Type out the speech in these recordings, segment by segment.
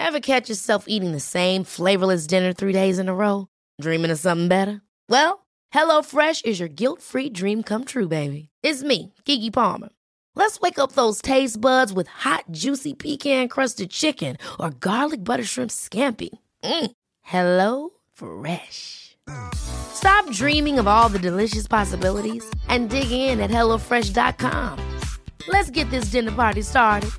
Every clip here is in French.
Ever catch yourself eating the same flavorless dinner 3 days in a row? Dreaming of something better? Well, HelloFresh is your guilt-free dream come true, baby. It's me, Keke Palmer. Let's wake up those taste buds with hot, juicy pecan-crusted chicken or garlic butter shrimp scampi. Hello Fresh. Stop dreaming of all the delicious possibilities and dig in at HelloFresh.com. Let's get this dinner party started.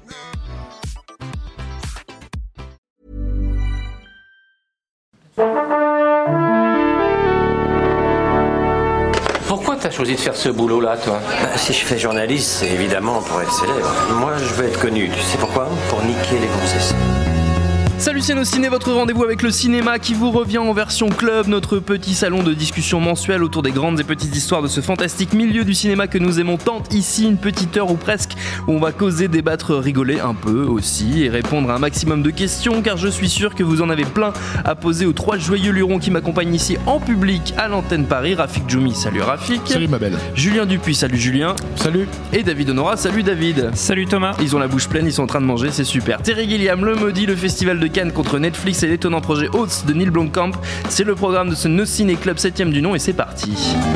Pourquoi t'as choisi de faire ce boulot-là, toi ? Si je fais journaliste, c'est évidemment pour être célèbre. Moi, je veux être connu. Tu sais pourquoi ? Pour niquer les gonzesses. Salut c'est nos ciné, votre rendez-vous avec le cinéma qui vous revient en version club, notre petit salon de discussion mensuel autour des grandes et petites histoires de ce fantastique milieu du cinéma que nous aimons tant ici, une petite heure ou presque où on va causer, débattre, rigoler un peu aussi et répondre à un maximum de questions car je suis sûr que vous en avez plein à poser aux 3 joyeux lurons qui m'accompagnent ici en public à l'antenne Paris. Rafik Djoumi, salut Rafik. Salut ma belle. Julien Dupuis, salut Julien. Salut. Et David Honora, salut David. Salut Thomas. Ils ont la bouche pleine, ils sont en train de manger, c'est super. Terry Gilliam, le maudit, le festival de Cannes contre Netflix et l'étonnant projet Oaths de Neil Blomkamp. C'est le programme de ce No Ciné Club 7ème du nom et c'est parti.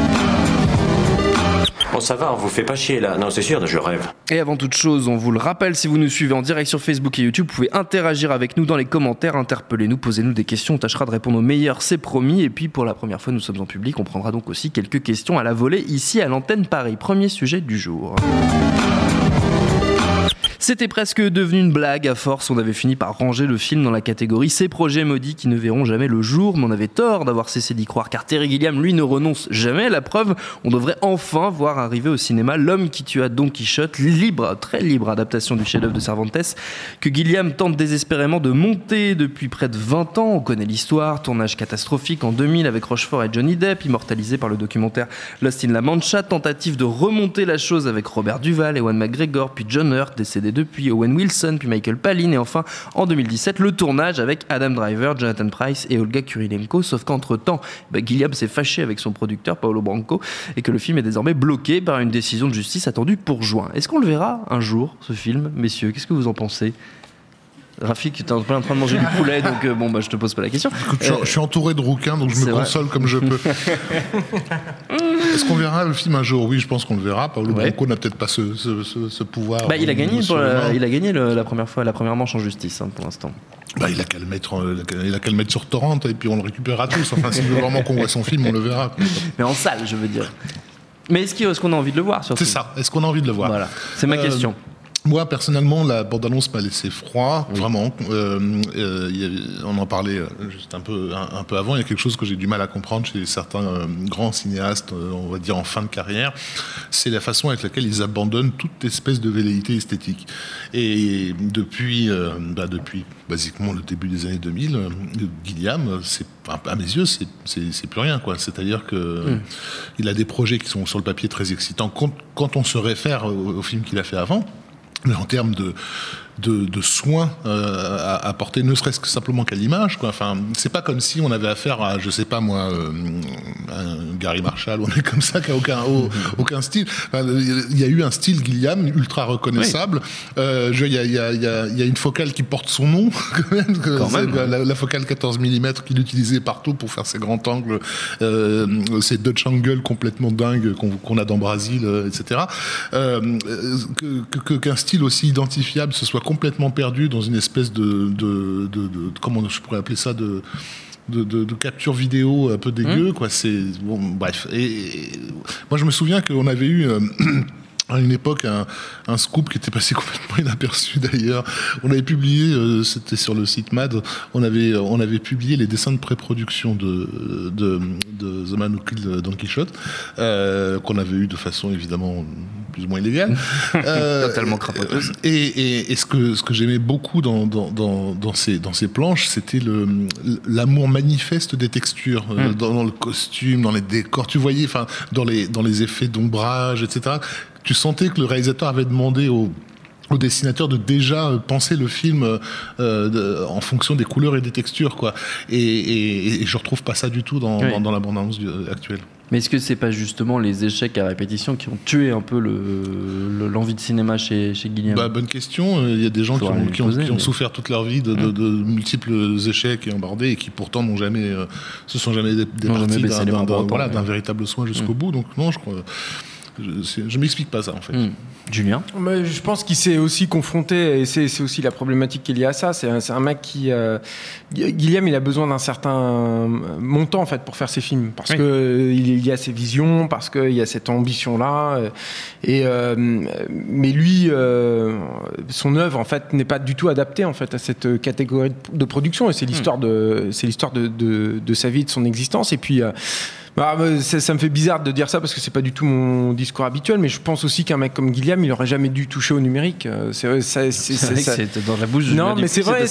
Bon, ça va, on vous fait pas chier là. Non, c'est sûr, je rêve. Et avant toute chose, on vous le rappelle, si vous nous suivez en direct sur Facebook et YouTube, vous pouvez interagir avec nous dans les commentaires, interpellez-nous, posez-nous des questions, on tâchera de répondre aux meilleures, c'est promis. Et puis pour la première fois, nous sommes en public, on prendra donc aussi quelques questions à la volée ici à l'antenne Paris. Premier sujet du jour. C'était presque devenu une blague, à force on avait fini par ranger le film dans la catégorie ces projets maudits qui ne verront jamais le jour, mais on avait tort d'avoir cessé d'y croire car Terry Gilliam lui ne renonce jamais. La preuve, on devrait enfin voir arriver au cinéma L'homme qui tua Don Quichotte, libre, très libre adaptation du chef-d'œuvre de Cervantes que Gilliam tente désespérément de monter depuis près de 20 ans. On connaît l'histoire, tournage catastrophique en 2000 avec Rochefort et Johnny Depp, immortalisé par le documentaire Lost in La Mancha, tentative de remonter la chose avec Robert Duvall, Ewan McGregor, puis John Hurt, décédé depuis Owen Wilson, puis Michael Palin, et enfin en 2017 le tournage avec Adam Driver, Jonathan Pryce et Olga Kurylenko. Sauf qu'entre-temps, Gilliam s'est fâché avec son producteur Paolo Branco et que le film est désormais bloqué par une décision de justice attendue pour juin. Est-ce qu'on le verra un jour, ce film, messieurs ? Qu'est-ce que vous en pensez ? Rafik, tu es en train de manger du poulet, donc je te pose pas la question. Écoute, je suis entouré de rouquins, donc je me console comme je peux. Est-ce qu'on verra le film un jour ? Oui, je pense qu'on le verra. Paolo Branco n'a peut-être pas ce pouvoir. Il a gagné, il a gagné la première manche en justice pour l'instant. Il a qu'à le mettre sur Torrent et puis on le récupérera tous. Enfin, si veut vraiment qu'on voit son film, on le verra. Mais en salle, je veux dire. Mais est-ce qu'on a envie de le voir surtout ? C'est ça. Est-ce qu'on a envie de le voir ? Voilà, c'est ma question. Moi, personnellement, la bande-annonce m'a laissé froid, vraiment. On en parlait juste un peu avant. Il y a quelque chose que j'ai du mal à comprendre chez certains grands cinéastes, on va dire en fin de carrière. C'est la façon avec laquelle ils abandonnent toute espèce de velléité esthétique. Et depuis basiquement le début des années 2000, Gilliam, à mes yeux, c'est plus rien, quoi. C'est-à-dire que il a des projets qui sont sur le papier très excitants quand on se réfère au film qu'il a fait avant. Mais en termes de soins à apporter, ne serait-ce que simplement qu'à l'image, quoi. Enfin, c'est pas comme si on avait affaire à, je sais pas moi, un Gary Marshall ou un mec comme ça qui a aucun style. Enfin, il y a eu un style Gilliam ultra reconnaissable. Il y a une focale qui porte son nom quand même. La focale 14 mm qu'il utilisait partout pour faire ses grands angles, ces Dutch angles complètement dingues qu'on a dans Brasil, etc. Qu'un style aussi identifiable se soit complètement perdu dans une espèce de comment je pourrais appeler ça, de capture vidéo un peu dégueu, quoi. C'est bon, bref. Et moi je me souviens qu'on avait eu à une époque un scoop qui était passé complètement inaperçu d'ailleurs. On avait publié, c'était sur le site Mad, on avait publié les dessins de pré-production de The Man Who Killed Don Quichotte, qu'on avait eu de façon évidemment plus ou moins illégale. Totalement crapoteuse. Et ce que j'aimais beaucoup dans ces planches, c'était l'amour manifeste des textures, dans le costume, dans les décors. Tu voyais, dans les effets d'ombrage, etc. Tu sentais que le réalisateur avait demandé au dessinateur de déjà penser le film en fonction des couleurs et des textures, quoi. Et je retrouve pas ça du tout dans la bande-annonce actuelle. Mais est-ce que c'est pas justement les échecs à répétition qui ont tué un peu l'envie de cinéma chez Guilhem ? Bonne question. Il y a des gens qui ont souffert toute leur vie de multiples échecs et embardés et qui pourtant se sont jamais départis d'un véritable soin jusqu'au bout. Donc non, je m'explique pas ça en fait. Julien ? Je pense qu'il s'est aussi confronté, et c'est aussi la problématique qu'il y a à ça. C'est un mec qui... Guilhem, il a besoin d'un certain montant, en fait, pour faire ses films. Parce que il y a ses visions, parce qu'il y a cette ambition-là. Mais lui, son œuvre, en fait, n'est pas du tout adaptée, en fait, à cette catégorie de production. Et c'est l'histoire de sa vie, de son existence. Et puis... ça me fait bizarre de dire ça parce que c'est pas du tout mon discours habituel, mais je pense aussi qu'un mec comme Guilhem, il aurait jamais dû toucher au numérique. C'est vrai que c'est dans la bouche. Non, mais c'est vrai.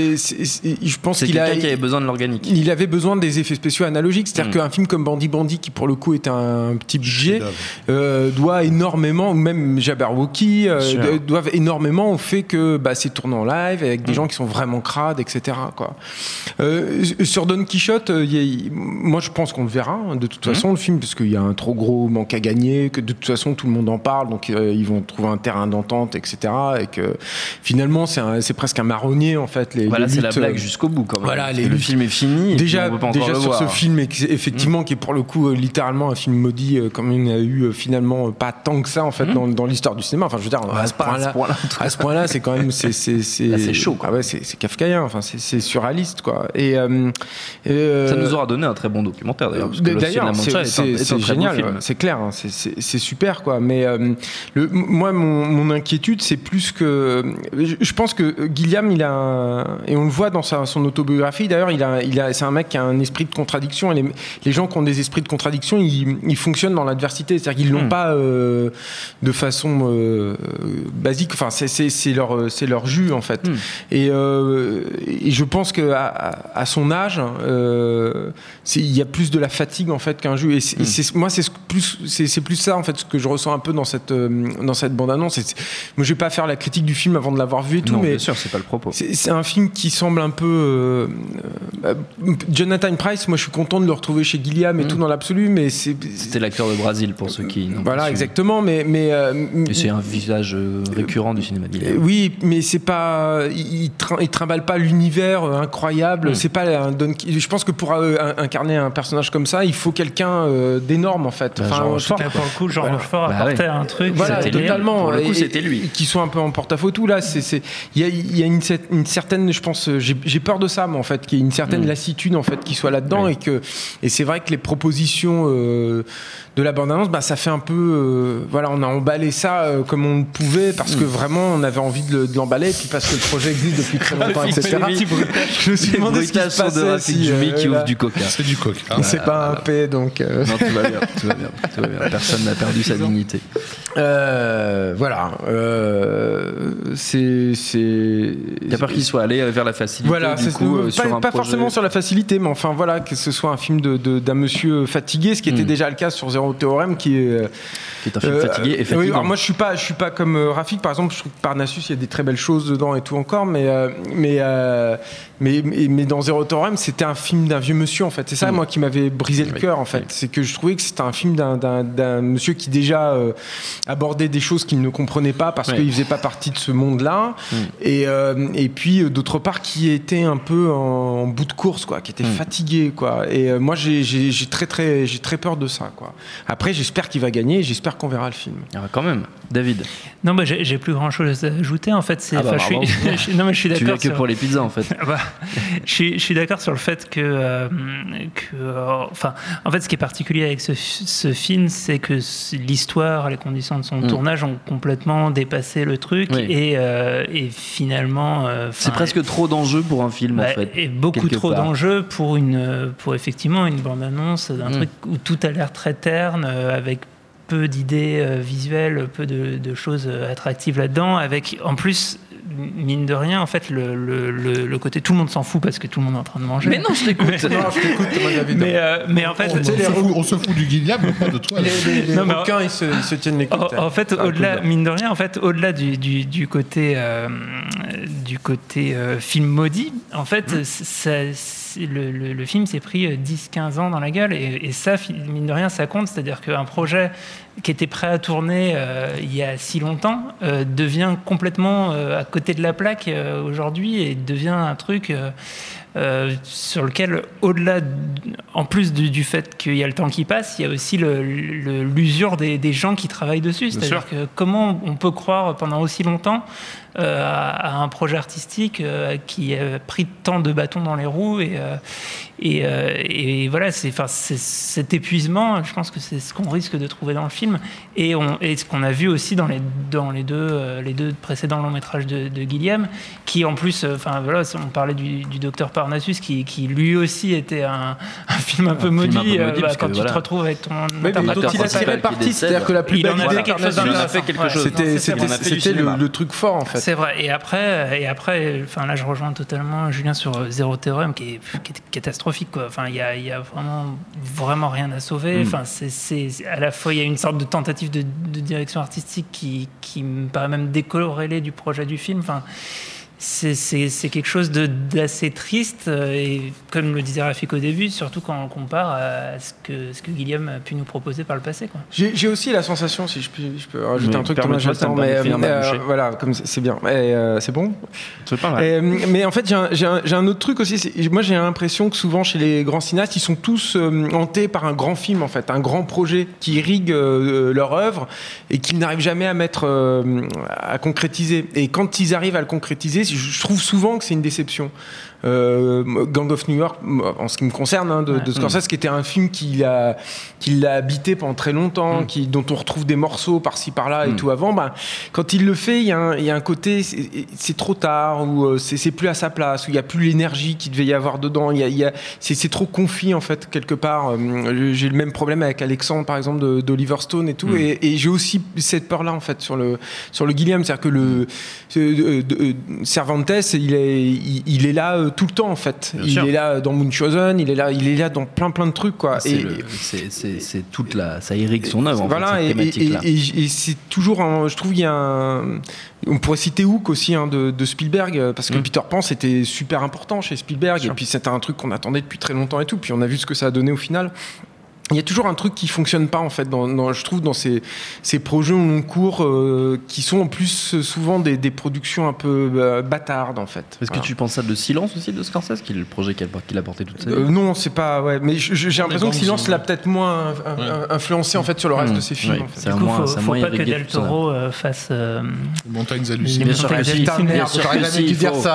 Je pense qu'il quelqu'un qui avait besoin de l'organique. Il avait besoin des effets spéciaux analogiques. C'est-à-dire qu'un film comme Bandit, qui pour le coup est un petit budget, doit énormément, ou même Jabberwocky, doivent énormément au fait que c'est tourné en live avec des gens qui sont vraiment crades, etc. Quoi. Sur Don Quichotte, moi je pense qu'on le verra. De toute façon, le film, parce qu'il y a un trop gros manque à gagner, que de toute façon tout le monde en parle, donc ils vont trouver un terrain d'entente, etc. Et que finalement c'est presque un marronnier en fait. C'est la blague jusqu'au bout quand même. Voilà, le film est fini. Déjà sur ce film, effectivement, qui est pour le coup littéralement un film maudit, comme il n'y a eu finalement pas tant que ça en fait dans l'histoire du cinéma. Enfin, je veux dire, à ce point-là, c'est quand même c'est chaud. Quoi. Ah ouais, c'est kafkaïen. Enfin, c'est surréaliste quoi. Et ça nous aura donné un très bon documentaire d'ailleurs. D'ailleurs, c'est génial, c'est clair, hein, c'est super quoi. Mais moi, mon inquiétude, c'est plus que je pense que Guilhem, et on le voit dans son autobiographie. D'ailleurs, c'est un mec qui a un esprit de contradiction. Et les gens qui ont des esprits de contradiction, ils fonctionnent dans l'adversité. C'est-à-dire qu'ils l'ont pas de façon basique. Enfin, c'est leur jus en fait. Et je pense que à son âge, il y a plus de la fatigue en fait qu'un jeu. Moi, c'est plus ça en fait ce que je ressens un peu dans cette bande-annonce. Moi, je vais pas faire la critique du film avant de l'avoir vu et tout, mais bien sûr, c'est pas le propos. C'est un film qui semble un peu Jonathan Pryce. Moi, je suis content de le retrouver chez Guilhem et tout dans l'absolu, mais c'était l'acteur de Brésil pour ceux qui n'ont voilà, exactement. Mais c'est un visage récurrent du cinéma Guilhem. Oui, mais c'est pas, il trimballe pas l'univers incroyable. C'est pas je pense que pour incarner un personnage comme ça, il faut quelqu'un d'énorme en fait. Pour le coup, Jean Rochefort apportait un truc. Voilà, totalement. Pour le coup, c'était lui. Qui soit un peu en porte-à-faux là. Il y a une certaine, je pense, j'ai peur de ça, moi en fait, qu'il y ait une certaine lassitude en fait qui soit là-dedans et c'est vrai que les propositions de la bande-annonce, ça fait un peu, on a emballé ça comme on pouvait parce que vraiment on avait envie de l'emballer, et puis parce que le projet existe depuis très longtemps, etc. Je me suis demandé ce qui se passait si qui ouvre du coca. C'est du coca. C'est pas un P, donc. Non, tout va bien. Personne n'a perdu sa dignité. Voilà. T'as peur qu'il soit allé vers la facilité. Voilà, du coup, pas forcément sur la facilité, mais enfin voilà, que ce soit un film d'un monsieur fatigué, ce qui était déjà le cas sur Zéro Théorème, qui est un film fatigué et fatigant. Oui, alors moi je suis pas comme Rafik par exemple. Je trouve que Parnassus, il y a des très belles choses dedans et tout encore, mais dans Zéro Théorème, c'était un film d'un vieux monsieur en fait. C'est ça moi qui m'avait brisé le cœur en fait. C'est que je trouvais que c'était un film d'un monsieur qui déjà abordait des choses qu'il ne comprenait pas parce qu'il faisait pas partie de ce monde-là, et puis d'autre part qui était un peu en bout de course quoi, qui était fatigué quoi. Et moi j'ai très peur de ça quoi. Après j'espère qu'il va gagner, j'espère qu'on verra le film. Ah bah quand même, David. Non, j'ai plus grand chose à ajouter en fait. Non mais je suis d'accord. Tu viens que pour les pizzas en fait. Je suis d'accord sur le fait que en fait ce qui est particulier avec ce film, c'est que l'histoire, les conditions de son tournage ont complètement dépassé le truc et finalement c'est presque trop d'enjeux pour un film en fait. Et beaucoup trop d'enjeux pour effectivement une bande-annonce d'un truc où tout a l'air très terne, avec peu d'idées visuelles, peu de choses attractives là-dedans, avec en plus mine de rien, en fait, le côté tout le monde s'en fout parce que tout le monde est en train de manger. Mais non, je t'écoute. Mais en fait, on se fout du Gilliam, pas de toi. Les requins, ils se tiennent les coups. En fait, au-delà, mine de rien, en fait, au-delà du côté film maudit, en fait, le film s'est pris 10-15 ans dans la gueule et ça, mine de rien, ça compte. C'est-à-dire qu'un projet qui était prêt à tourner il y a si longtemps devient complètement à côté de la plaque aujourd'hui et devient un truc sur lequel, au-delà, en plus du fait qu'il y a le temps qui passe, il y a aussi l'usure des gens qui travaillent dessus. C'est-à-dire que comment on peut croire pendant aussi longtemps à un projet artistique qui a pris tant de bâtons dans les roues et voilà, c'est cet épuisement, je pense que c'est ce qu'on risque de trouver dans le film et ce qu'on a vu aussi dans les deux précédents longs métrages de Gilliam, qui en plus, voilà, on parlait du Docteur Parnassus qui lui aussi était un film un peu maudit, quand tu te retrouves avec ton interprète. Il a tiré parti, c'est-à-dire que la plus belle il en a fait quelque chose. C'était le truc fort en fait. C'est vrai. Et après, là, je rejoins totalement Julien sur Zéro Théorème, qui est catastrophique, quoi. Enfin, il y a vraiment rien à sauver. Enfin, c'est à la fois, il y a une sorte de tentative de direction artistique qui me paraît même décorrélée du projet du film. Enfin, c'est quelque chose d'assez triste et comme le disait Rafik au début, surtout quand on compare à ce que Gilliam a pu nous proposer par le passé, quoi. J'ai aussi la sensation, si je peux rajouter un truc, Thomas, j'attends, mais voilà, comme c'est bien, c'est bon. C'est pas mal. Mais en fait, j'ai un autre truc aussi. Moi, j'ai l'impression que souvent chez les grands cinéastes, ils sont tous hantés par un grand film, en fait, un grand projet qui irrigue leur œuvre et qu'ils n'arrivent jamais à mettre à concrétiser. Et quand ils arrivent à le concrétiser, je trouve souvent que c'est une déception. Gang of New York, en ce qui me concerne, de Scorsese, qui était un film qui l'a habité pendant très longtemps, dont on retrouve des morceaux par-ci par-là et tout avant. Quand il le fait, il y a un côté, c'est trop tard, ou c'est plus à sa place, où il n'y a plus l'énergie qu'il devait y avoir dedans. C'est trop confit, en fait, quelque part. J'ai le même problème avec Alexandre, par exemple, d'Oliver Stone et tout. Et j'ai aussi cette peur-là, en fait, sur le Gilliam. C'est-à-dire que Cervantes, il est là tout le temps, en fait. Il est là dans Munchausen, il est là dans plein de trucs, quoi. C'est toute ça irrigue son œuvre, en voilà, fait, cette thématique-là. Et c'est toujours je trouve qu'il y a on pourrait citer Hook aussi, de Spielberg, parce que Peter Pan, c'était super important chez Spielberg, et puis c'était un truc qu'on attendait depuis très longtemps et tout, puis on a vu ce que ça a donné au final. Il y a toujours un truc qui fonctionne pas, en fait, je trouve, dans ces projets au long cours, qui sont en plus souvent des productions un peu bâtardes, en fait. Est-ce que tu penses ça de Silence aussi, de Scorsese, qui est le projet qu'il a porté toute sa vie? Non, c'est pas, ouais, mais j'ai l'impression que Silence l'a peut-être moins influencé, en fait, sur le reste de ses films. En fait. Du coup, faut pas que Del Toro fasse Montagnes hallucinées. Bien sûr que si, bien sûr que si,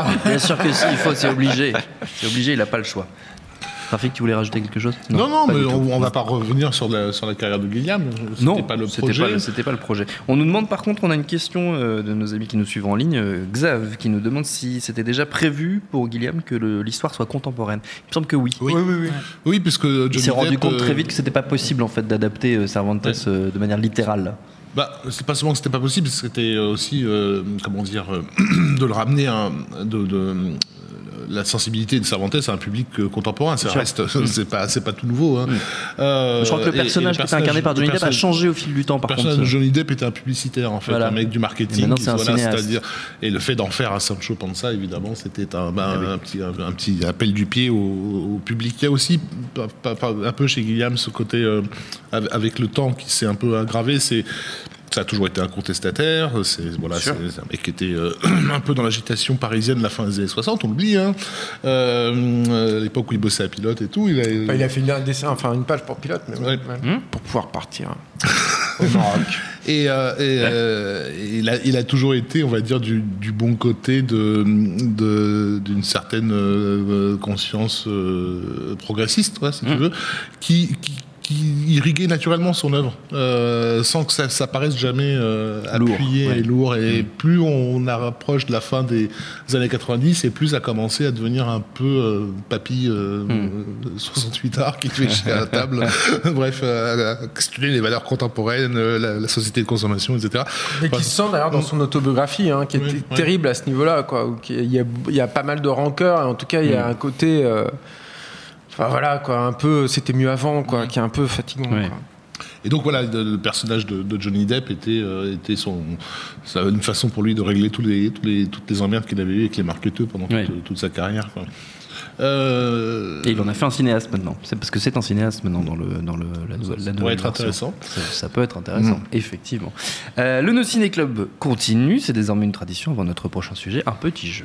il faut, c'est obligé, il a pas le choix. Rafik, tu voulais rajouter quelque chose? Non, mais on va pas revenir sur la carrière de Gilliam. C'était pas le projet. C'était pas le projet. On nous demande, par contre, on a une question de nos amis qui nous suivent en ligne, Xav, qui nous demande si c'était déjà prévu pour Gilliam que l'histoire soit contemporaine. Il me semble que oui. Oui, puisque il s'est rendu compte très vite que c'était pas possible, en fait, d'adapter Cervantes de manière littérale. C'est pas seulement que c'était pas possible, c'était aussi, de le ramener la sensibilité de Cervantes à un public contemporain. C'est pas tout nouveau. Hein. Je crois que le personnage qui était incarné par Johnny Depp a changé au fil du temps. Le personnage de Johnny Depp était un publicitaire, en fait, un mec du marketing. Et le fait d'en faire un Sancho Panza, évidemment, c'était un petit appel du pied au public. Il y a aussi un peu chez Gilliam ce côté, avec le temps, qui s'est un peu aggravé. Ça a toujours été un contestataire, c'est un mec qui était un peu dans l'agitation parisienne de la fin des années 60, on l'oublie, à l'époque où il bossait à Pilote et tout. Il a fait une page pour Pilote, mais pour pouvoir partir au Maroc. Et il a toujours été, on va dire, du bon côté d'une certaine conscience progressiste, si tu veux, qui qui irriguait naturellement son œuvre, sans que ça paraisse jamais appuyé et lourd. Et plus on approche de la fin des années 90, et plus ça a commencé à devenir un peu papy 68 art qui tuait à la table. Bref, à questionner les valeurs contemporaines, la société de consommation, etc. Et qui se sent d'ailleurs dans son autobiographie, qui est terrible à ce niveau-là, quoi. Où il y a pas mal de rancœur, et en tout cas il y a un côté, enfin voilà, quoi, un peu, c'était mieux avant, quoi, qui est un peu fatigant. Quoi. Et donc voilà, le personnage de Johnny Depp était une façon pour lui de régler toutes les emmerdes qu'il avait eues avec les marketeurs pendant toute sa carrière, quoi. Et il en a fait un cinéaste maintenant. C'est parce que c'est un cinéaste maintenant dans la nouvelle. Ça pourrait être intéressant. Ça peut être intéressant, effectivement. Le No Ciné Club continue. C'est désormais une tradition avant notre prochain sujet, un petit jeu.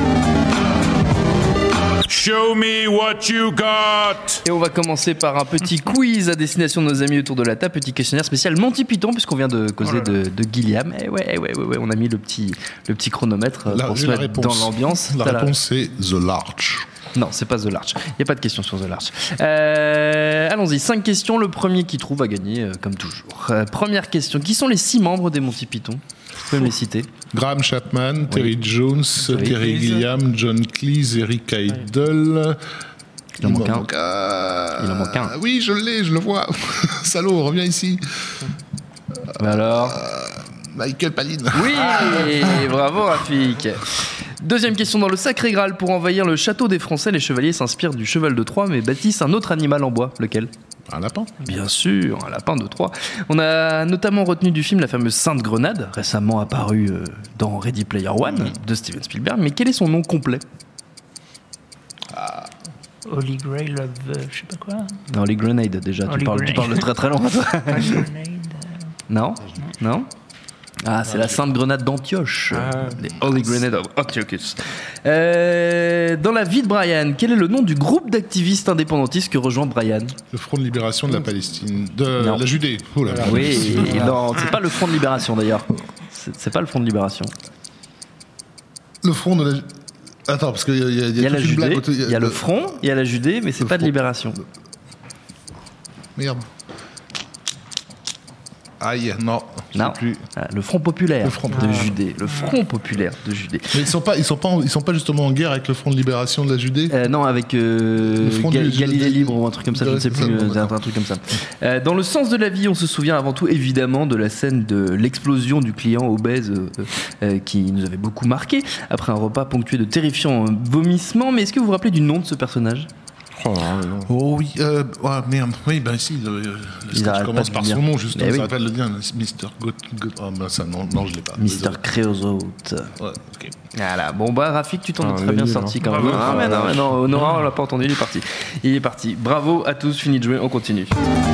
Show me what you got. Et on va commencer par un petit quiz à destination de nos amis autour de la table, petit questionnaire spécial Monty Python, puisqu'on vient de causer de Gilliam. Et ouais, on a mis le petit chronomètre pour se mettre dans l'ambiance. La réponse c'est The Larch. Non, c'est pas The Larch. Il n'y a pas de question sur The Larch. Allons-y, 5 questions. Le premier qui trouve va gagner, comme toujours. Première question. Qui sont les 6 membres des Monty Python ? Vous pouvez me les citer ? Graham Chapman, Terry Jones, Terry Gilliam, John Cleese, Eric Idle. Il en manque un. Oui, je le vois. Salaud, reviens ici. Alors Michael Palin. Oui, bravo Rafik. Deuxième question. Dans le Sacré Graal, pour envahir le château des Français, les chevaliers s'inspirent du cheval de Troie, mais bâtissent un autre animal en bois. Lequel ? Un lapin. Bien sûr, un lapin de Troie. On a notamment retenu du film la fameuse Sainte Grenade, récemment apparue dans Ready Player One de Steven Spielberg. Mais quel est son nom complet ? Holy Grail of je sais pas quoi. Non, Holy Grenade déjà. Tu parles de très très loin. Holy Grenade. Non. Ah, c'est la Sainte Grenade d'Antioche. Les Holy Grenade of Antiochus. Dans la vie de Brian, quel est le nom du groupe d'activistes indépendantistes que rejoint Brian ? Le Front de Libération de la Palestine. De la Judée. Oh là là. Oui, non, c'est pas le Front de Libération d'ailleurs. C'est pas le Front de Libération. Le Front de la... Attends, parce qu'il y a la Judée, blague. Il y a le Front, il y a la Judée, mais c'est pas de Libération. Merde. Aïe, non. Plus. Le Front populaire de Judée. Le Front populaire de Judée. Mais ils sont pas justement en guerre avec le Front de libération de la Judée. Non, avec Galilée libre ou un truc comme ça, je ne sais plus. Un truc comme ça. Dans le sens de la vie, on se souvient avant tout évidemment de la scène de l'explosion du client obèse qui nous avait beaucoup marqué après un repas ponctué de terrifiants vomissements. Mais est-ce que vous vous rappelez du nom de ce personnage ? Oh oui, merde. Oui, ben si, le sketch commence par son nom, justement, ça rappelle le dire, Mr. Ah ben ça, non, je l'ai pas. Mr. Creosote. Ouais, ok. Voilà, bon bah Rafik, tu t'en es très bien sorti quand même. Mais non, Nora, on l'a pas entendu, il est parti. Bravo à tous, fini de jouer, on continue.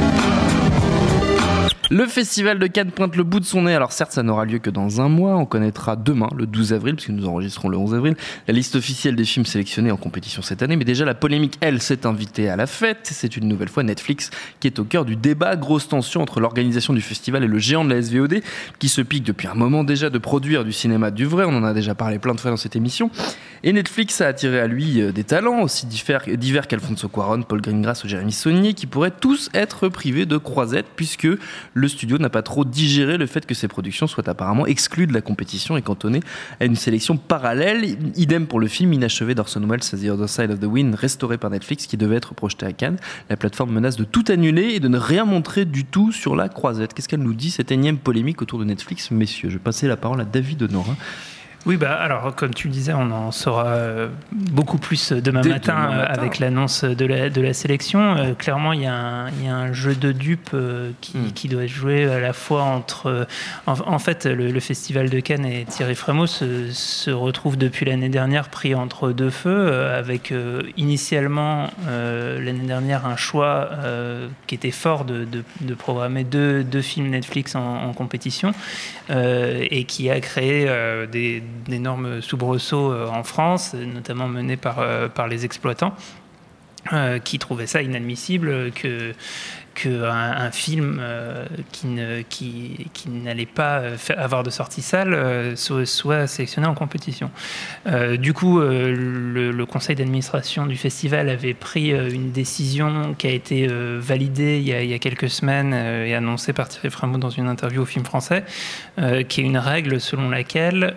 Le Festival de Cannes pointe le bout de son nez. Alors certes, ça n'aura lieu que dans un mois. On connaîtra demain, le 12 avril, puisque nous enregistrons le 11 avril, la liste officielle des films sélectionnés en compétition cette année. Mais déjà, la polémique, elle, s'est invitée à la fête. C'est une nouvelle fois Netflix qui est au cœur du débat. Grosse tension entre l'organisation du festival et le géant de la SVOD, qui se pique depuis un moment déjà de produire du cinéma du vrai. On en a déjà parlé plein de fois dans cette émission. Et Netflix a attiré à lui des talents aussi divers qu'Alfonso Cuarón, Paul Greengrass ou Jérémy Saunier, qui pourraient tous être privés de croisette, puisque le studio n'a pas trop digéré le fait que ses productions soient apparemment exclues de la compétition et cantonnées à une sélection parallèle. Idem pour le film inachevé d'Orson Welles, The Other Side of the Wind, restauré par Netflix, qui devait être projeté à Cannes. La plateforme menace de tout annuler et de ne rien montrer du tout sur la croisette. Qu'est-ce qu'elle nous dit, cette énième polémique autour de Netflix, messieurs ? Je vais passer la parole à David Honora. Oui, alors comme tu le disais, on en saura beaucoup plus demain matin avec l'annonce de la sélection. Clairement, il y a un jeu de dupes qui doit jouer à la fois entre... En fait, le Festival de Cannes et Thierry Frémaux se retrouvent depuis l'année dernière pris entre deux feux, avec initialement l'année dernière un choix qui était fort de programmer deux films Netflix en compétition et qui a créé d'énormes soubresauts en France, notamment menés par les exploitants. qui trouvaient ça inadmissible qu'un film qui n'allait pas avoir de sortie salle soit sélectionné en compétition. Du coup, le conseil d'administration du festival avait pris une décision qui a été validée il y a quelques semaines et annoncée par Thierry Frémaux dans une interview au Film Français, qui est une règle selon laquelle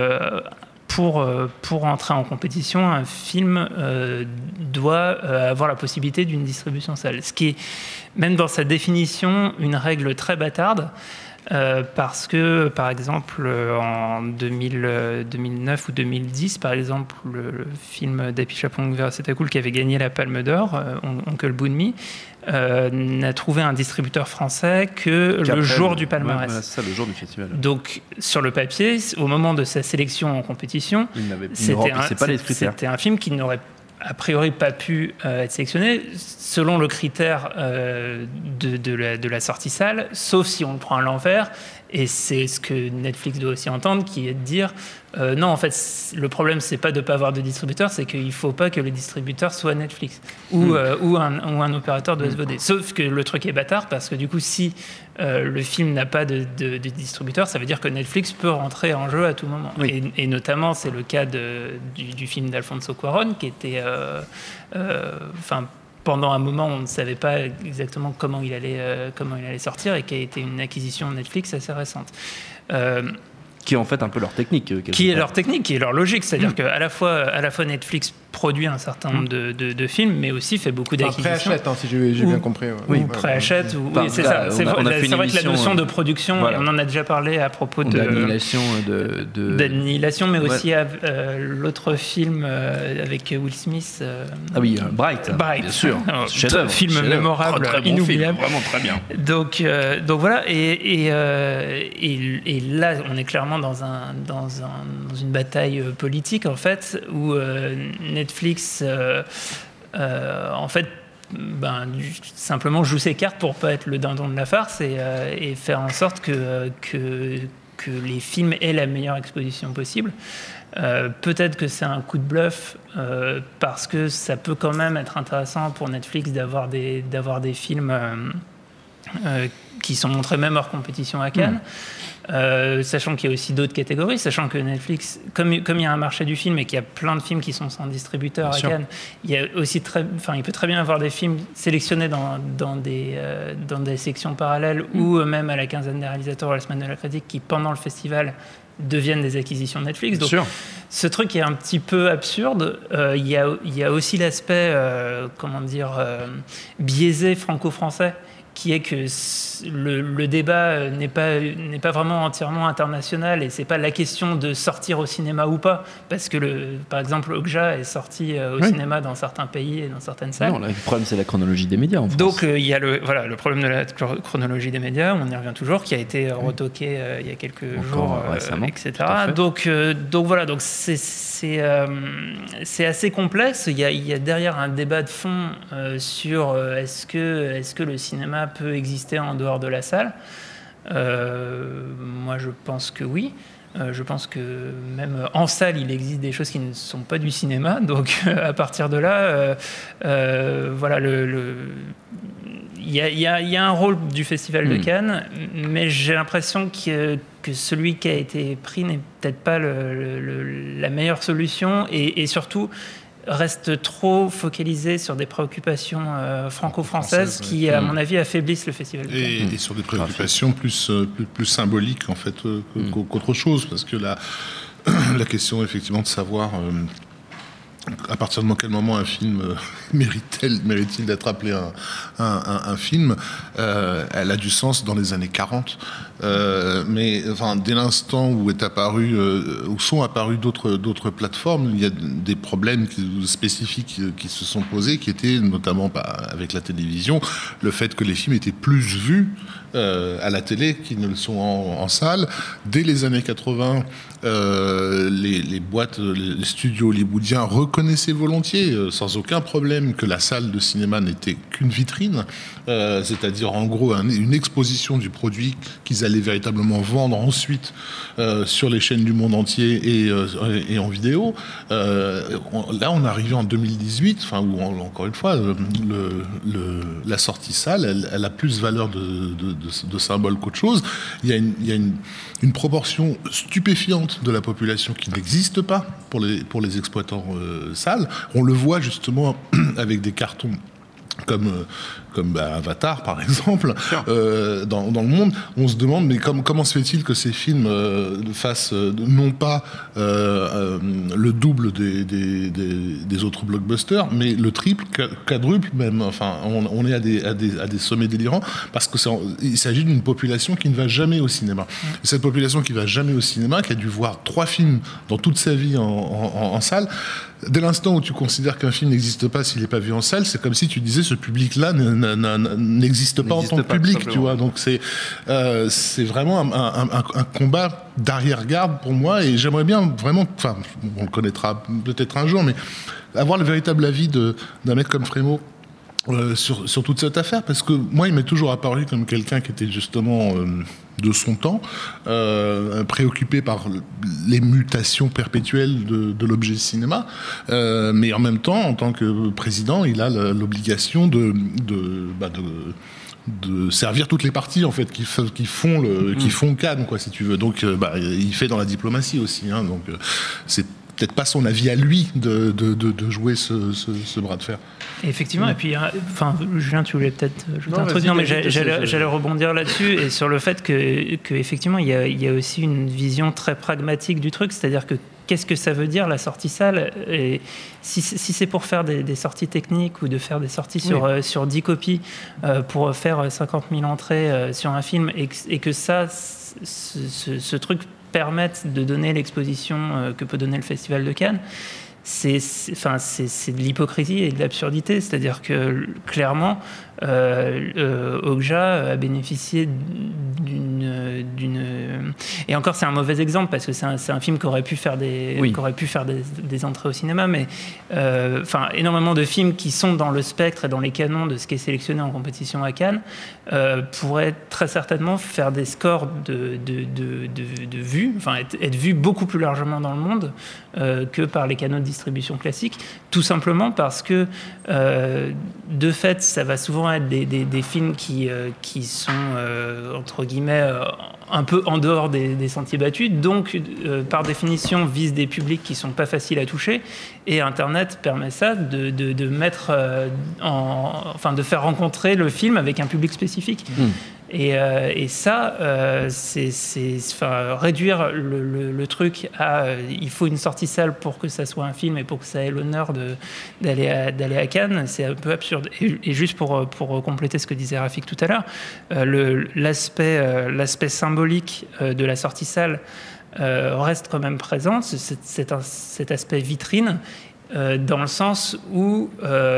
pour entrer en compétition, un film doit avoir la possibilité d'une distribution salle. Ce qui est, même dans sa définition, une règle très bâtarde, parce que, par exemple, en 2009 ou 2010, par exemple, le film d'Api Chapong-Veracetacool qui avait gagné la Palme d'Or, Uncle Boonmee, n'a trouvé un distributeur français que le jour du palmarès. Voilà, c'est ça, le jour du festival. Donc, sur le papier, au moment de sa sélection en compétition, c'était un film qui n'aurait a priori pas pu être sélectionné selon le critère de la sortie salle, sauf si on le prend à l'envers. Et c'est ce que Netflix doit aussi entendre, qui est de dire non, en fait, le problème, c'est pas de ne pas avoir de distributeur, c'est qu'il ne faut pas que le distributeur soit Netflix ou un opérateur de SVOD. Sauf que le truc est bâtard, parce que du coup, si le film n'a pas de distributeur, ça veut dire que Netflix peut rentrer en jeu à tout moment. Oui. Et notamment, c'est le cas du film d'Alfonso Cuarón, qui était... pendant un moment, on ne savait pas exactement comment il allait sortir, et qui a été une acquisition Netflix assez récente. Qui est en fait un peu leur technique. Qui est leur technique, qui est leur logique. C'est-à-dire qu'à la fois Netflix produit un certain nombre de films, mais aussi fait beaucoup d'acquisitions. Préachète, si j'ai bien compris. Oui, préachète. Oui, c'est ça. C'est vrai que la notion de production, voilà. On en a déjà parlé à propos d'Annihilation. D'Annihilation, mais aussi l'autre film avec Will Smith. Ah oui, Bright. Bien sûr. Film mémorable, inoubliable. Vraiment très bien. Donc voilà. Et là, on est clairement dans une bataille politique, en fait, où Netflix, en fait, simplement joue ses cartes pour pas être le dindon de la farce et faire en sorte que les films aient la meilleure exposition possible. Peut-être que c'est un coup de bluff parce que ça peut quand même être intéressant pour Netflix d'avoir des films qui sont montrés même hors compétition à Cannes. Sachant qu'il y a aussi d'autres catégories, sachant que Netflix, comme il y a un marché du film et qu'il y a plein de films qui sont sans distributeur à Cannes, il y a aussi il peut très bien avoir des films sélectionnés dans des sections parallèles ou même à la quinzaine des réalisateurs ou à la semaine de la critique qui, pendant le festival, deviennent des acquisitions de Netflix. Donc, ce truc est un petit peu absurde. Il y a aussi l'aspect, biaisé franco-français, qui est que le débat n'est pas vraiment entièrement international et c'est pas la question de sortir au cinéma ou pas, parce que par exemple Okja est sorti au cinéma dans certains pays et dans certaines salles. Non, le problème c'est la chronologie des médias en France. Donc il y a le problème de la chronologie des médias, on y revient toujours, qui a été retoqué il y a quelques jours, etc. Donc voilà, donc c'est assez complexe. Il y a derrière un débat de fond sur est-ce que le cinéma peut exister en dehors de la salle. Moi, je pense que oui. Je pense que même en salle, il existe des choses qui ne sont pas du cinéma. Donc, à partir de là, voilà, il y a un rôle du Festival de Cannes, mais j'ai l'impression que celui qui a été pris n'est peut-être pas la meilleure solution et surtout reste trop focalisé sur des préoccupations franco-françaises qui, à mon avis, affaiblissent le festival. Et sur des préoccupations plus symboliques, en fait, qu'autre chose, parce que la question, effectivement, de savoir à partir de quel moment un film mérite-t-il d'être appelé un film, elle a du sens dans les années 40. Mais dès l'instant où sont apparues d'autres plateformes, il y a des problèmes spécifiques qui se sont posés, qui étaient notamment avec la télévision, le fait que les films étaient plus vus à la télé qu'ils ne le sont en salle. Dès les années 80, les boîtes, les studios hollywoodiens reconnaissaient volontiers, sans aucun problème, que la salle de cinéma n'était qu'une vitrine, c'est-à-dire en gros une exposition du produit qu'ils allaient véritablement vendre ensuite sur les chaînes du monde entier et en vidéo. Là, on est arrivé en 2018, enfin, où encore une fois, la sortie salle, elle a plus valeur de symbole qu'autre chose. Il y a une proportion stupéfiante de la population qui n'existe pas pour les exploitants salles. On le voit justement avec des cartons comme Avatar par exemple dans le monde. On se demande mais comment se fait-il que ces films fassent non pas le double des autres blockbusters, mais le triple, quadruple même. Enfin, on est à des sommets délirants parce que il s'agit d'une population qui ne va jamais au cinéma. Et cette population qui va jamais au cinéma, qui a dû voir 3 films dans toute sa vie en salle. Dès l'instant où tu considères qu'un film n'existe pas s'il n'est pas vu en salle, c'est comme si tu disais ce public-là n'existe pas en tant que public, tu vois. Donc c'est vraiment un combat d'arrière-garde pour moi, et j'aimerais bien vraiment, enfin, on le connaîtra peut-être un jour, mais avoir le véritable avis d'un mec comme Frémaux sur toute cette affaire, parce que moi il m'est toujours apparu comme quelqu'un qui était justement de son temps, préoccupé par les mutations perpétuelles de l'objet cinéma, mais en même temps, en tant que président, il a l'obligation de servir toutes les parties en fait qui font Cannes, quoi, si tu veux. Donc il fait dans la diplomatie aussi, hein, donc c'est peut-être pas son avis à lui de jouer ce bras de fer. Effectivement, et puis, enfin, Julien, tu voulais peut-être ajouter un truc. Non, mais j'allais rebondir là-dessus, et sur le fait que effectivement, il y a aussi une vision très pragmatique du truc, c'est-à-dire que qu'est-ce que ça veut dire la sortie salle, et si c'est pour faire des sorties techniques ou de faire des sorties sur 10 copies pour faire 50 000 entrées sur un film, et que ça, ce truc permettre de donner l'exposition que peut donner le Festival de Cannes, c'est de l'hypocrisie et de l'absurdité. C'est-à-dire que clairement, Okja a bénéficié d'une et encore c'est un mauvais exemple parce que c'est un film qui aurait pu faire des entrées au cinéma, mais énormément de films qui sont dans le spectre et dans les canons de ce qui est sélectionné en compétition à Cannes pourraient très certainement faire des scores de vues, enfin être vus beaucoup plus largement dans le monde que par les canaux de distribution classiques, tout simplement parce que de fait ça va souvent être des films qui sont entre guillemets un peu en dehors des sentiers battus, donc par définition visent des publics qui sont pas faciles à toucher, et Internet permet ça de mettre de faire rencontrer le film avec un public spécifique. Et ça, réduire le truc à il faut une sortie salle pour que ça soit un film et pour que ça ait l'honneur d'aller à Cannes, c'est un peu absurde. Et juste pour compléter ce que disait Rafik tout à l'heure, l'aspect symbolique de la sortie salle reste quand même présent, cet aspect vitrine, dans le sens où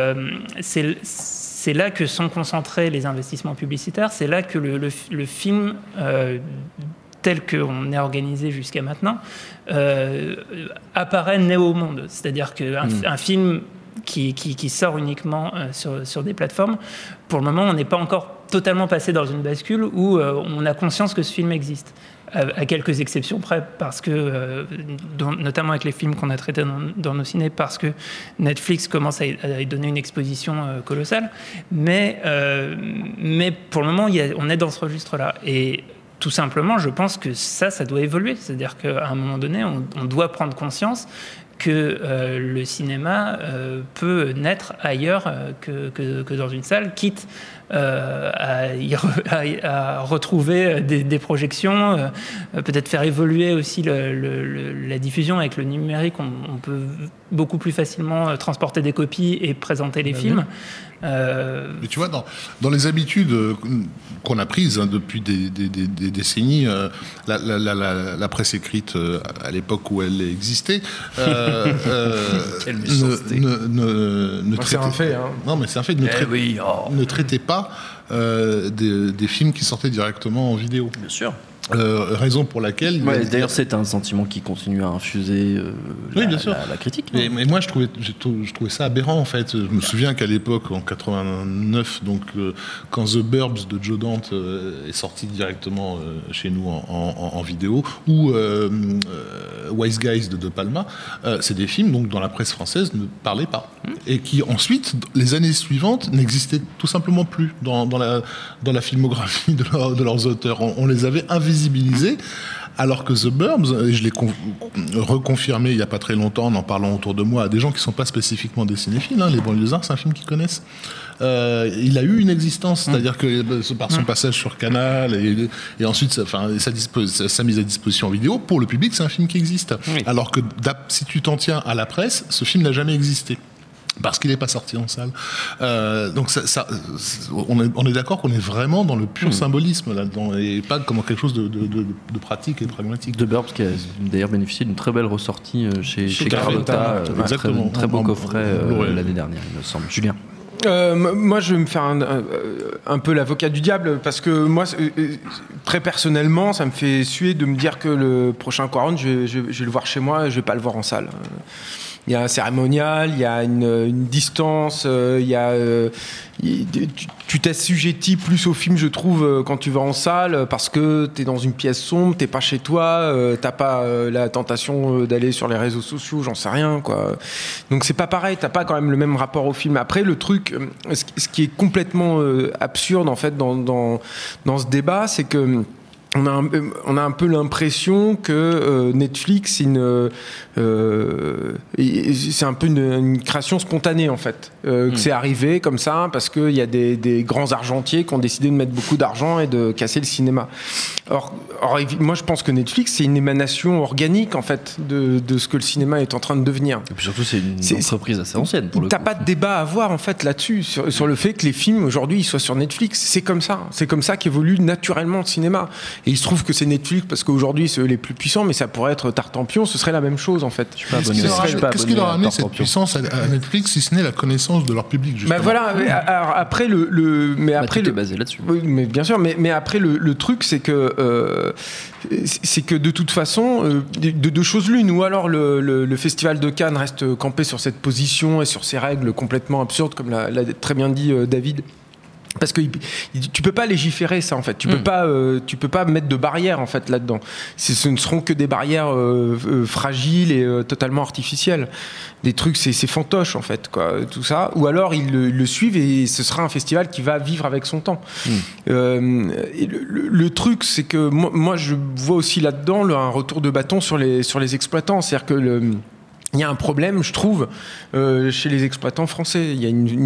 c'est là que sont concentrés les investissements publicitaires, c'est là que le film, tel qu'on est organisé jusqu'à maintenant, apparaît né au monde. C'est-à-dire qu'un film qui sort uniquement sur des plateformes, pour le moment, on n'est pas encore totalement passé dans une bascule où on a conscience que ce film existe. À quelques exceptions près, parce que, notamment avec les films qu'on a traités dans nos cinés, parce que Netflix commence à y donner une exposition colossale. Mais pour le moment, on est dans ce registre-là. Et tout simplement, je pense que ça doit évoluer. C'est-à-dire qu'à un moment donné, on doit prendre conscience que le cinéma peut naître ailleurs que dans une salle, quitte à retrouver des projections, peut-être faire évoluer aussi la diffusion. Avec le numérique, on peut beaucoup plus facilement transporter des copies et présenter les films. Mais tu vois, dans les habitudes qu'on a prises depuis des décennies, la presse écrite à l'époque où elle existait, ne traitait pas des films qui sortaient directement en vidéo. Bien sûr. Raison pour laquelle... d'ailleurs, c'est un sentiment qui continue à infuser la critique. Mais moi, je trouvais ça aberrant, en fait. Je me souviens qu'à l'époque, en 89, donc, quand The Burbs de Joe Dante est sorti directement chez nous en vidéo, ou Wise Guys de Palma, c'est des films donc, dont la presse française ne parlait pas. Et qui, ensuite, les années suivantes, n'existaient tout simplement plus dans la filmographie de leurs auteurs. On les avait invisibilisés, alors que The Burbs, et je l'ai reconfirmé il n'y a pas très longtemps en parlant autour de moi à des gens qui ne sont pas spécifiquement des cinéphiles, les banlieusards, c'est un film qu'ils connaissent. Il a eu une existence, c'est-à-dire que par son passage sur Canal et ensuite sa mise à disposition en vidéo, pour le public, c'est un film qui existe. Oui. Alors que si tu t'en tiens à la presse, ce film n'a jamais existé. Parce qu'il n'est pas sorti en salle. Donc on est d'accord qu'on est vraiment dans le pur symbolisme là-dedans et pas comme quelque chose de pratique et pragmatique. The Burbs qui a d'ailleurs bénéficié d'une très belle ressortie chez Carlotta, un très beau coffret l'année dernière, il me semble. Julien. Moi, je vais me faire un peu l'avocat du diable parce que moi, très personnellement, ça me fait suer de me dire que le prochain Quaron, je vais le voir chez moi et je vais pas le voir en salle. Il y a un cérémonial, il y a une distance, tu t'assujettis plus au film, je trouve, quand tu vas en salle, parce que t'es dans une pièce sombre, t'es pas chez toi, t'as pas la tentation d'aller sur les réseaux sociaux, j'en sais rien, quoi. Donc c'est pas pareil, t'as pas quand même le même rapport au film. Après, le truc, ce qui est complètement absurde, en fait, dans ce débat, c'est que on a un peu l'impression que Netflix, c'est un peu une création spontanée en fait, que c'est arrivé comme ça parce qu'il y a des grands argentiers qui ont décidé de mettre beaucoup d'argent et de casser le cinéma. Or, moi je pense que Netflix c'est une émanation organique en fait de ce que le cinéma est en train de devenir. Et puis surtout c'est une entreprise assez ancienne pour le coup. T'as pas de débat à avoir en fait là-dessus sur le fait que les films aujourd'hui ils soient sur Netflix. C'est comme ça qu'évolue naturellement le cinéma. Et il se trouve que c'est Netflix parce qu'aujourd'hui c'est eux les plus puissants, mais ça pourrait être Tartampion, ce serait la même chose en fait. Qu'est-ce qui leur a amené cette puissance à Netflix si ce n'est la connaissance de leur public justement. Bah voilà, alors après t'es basé là-dessus. Oui, mais bien sûr, mais après le truc c'est que de toute façon de deux choses l'une, ou alors le festival de Cannes reste campé sur cette position et sur ces règles complètement absurdes comme l'a très bien dit David. Parce que tu peux pas légiférer ça en fait, tu peux pas mettre de barrières en fait là-dedans. Ce ne seront que des barrières fragiles et totalement artificielles. Des trucs c'est fantoche en fait quoi, tout ça. Ou alors ils le suivent et ce sera un festival qui va vivre avec son temps. Et le truc c'est que moi je vois aussi là-dedans un retour de bâton sur les exploitants, c'est-à-dire que il y a un problème, je trouve, chez les exploitants français. Il y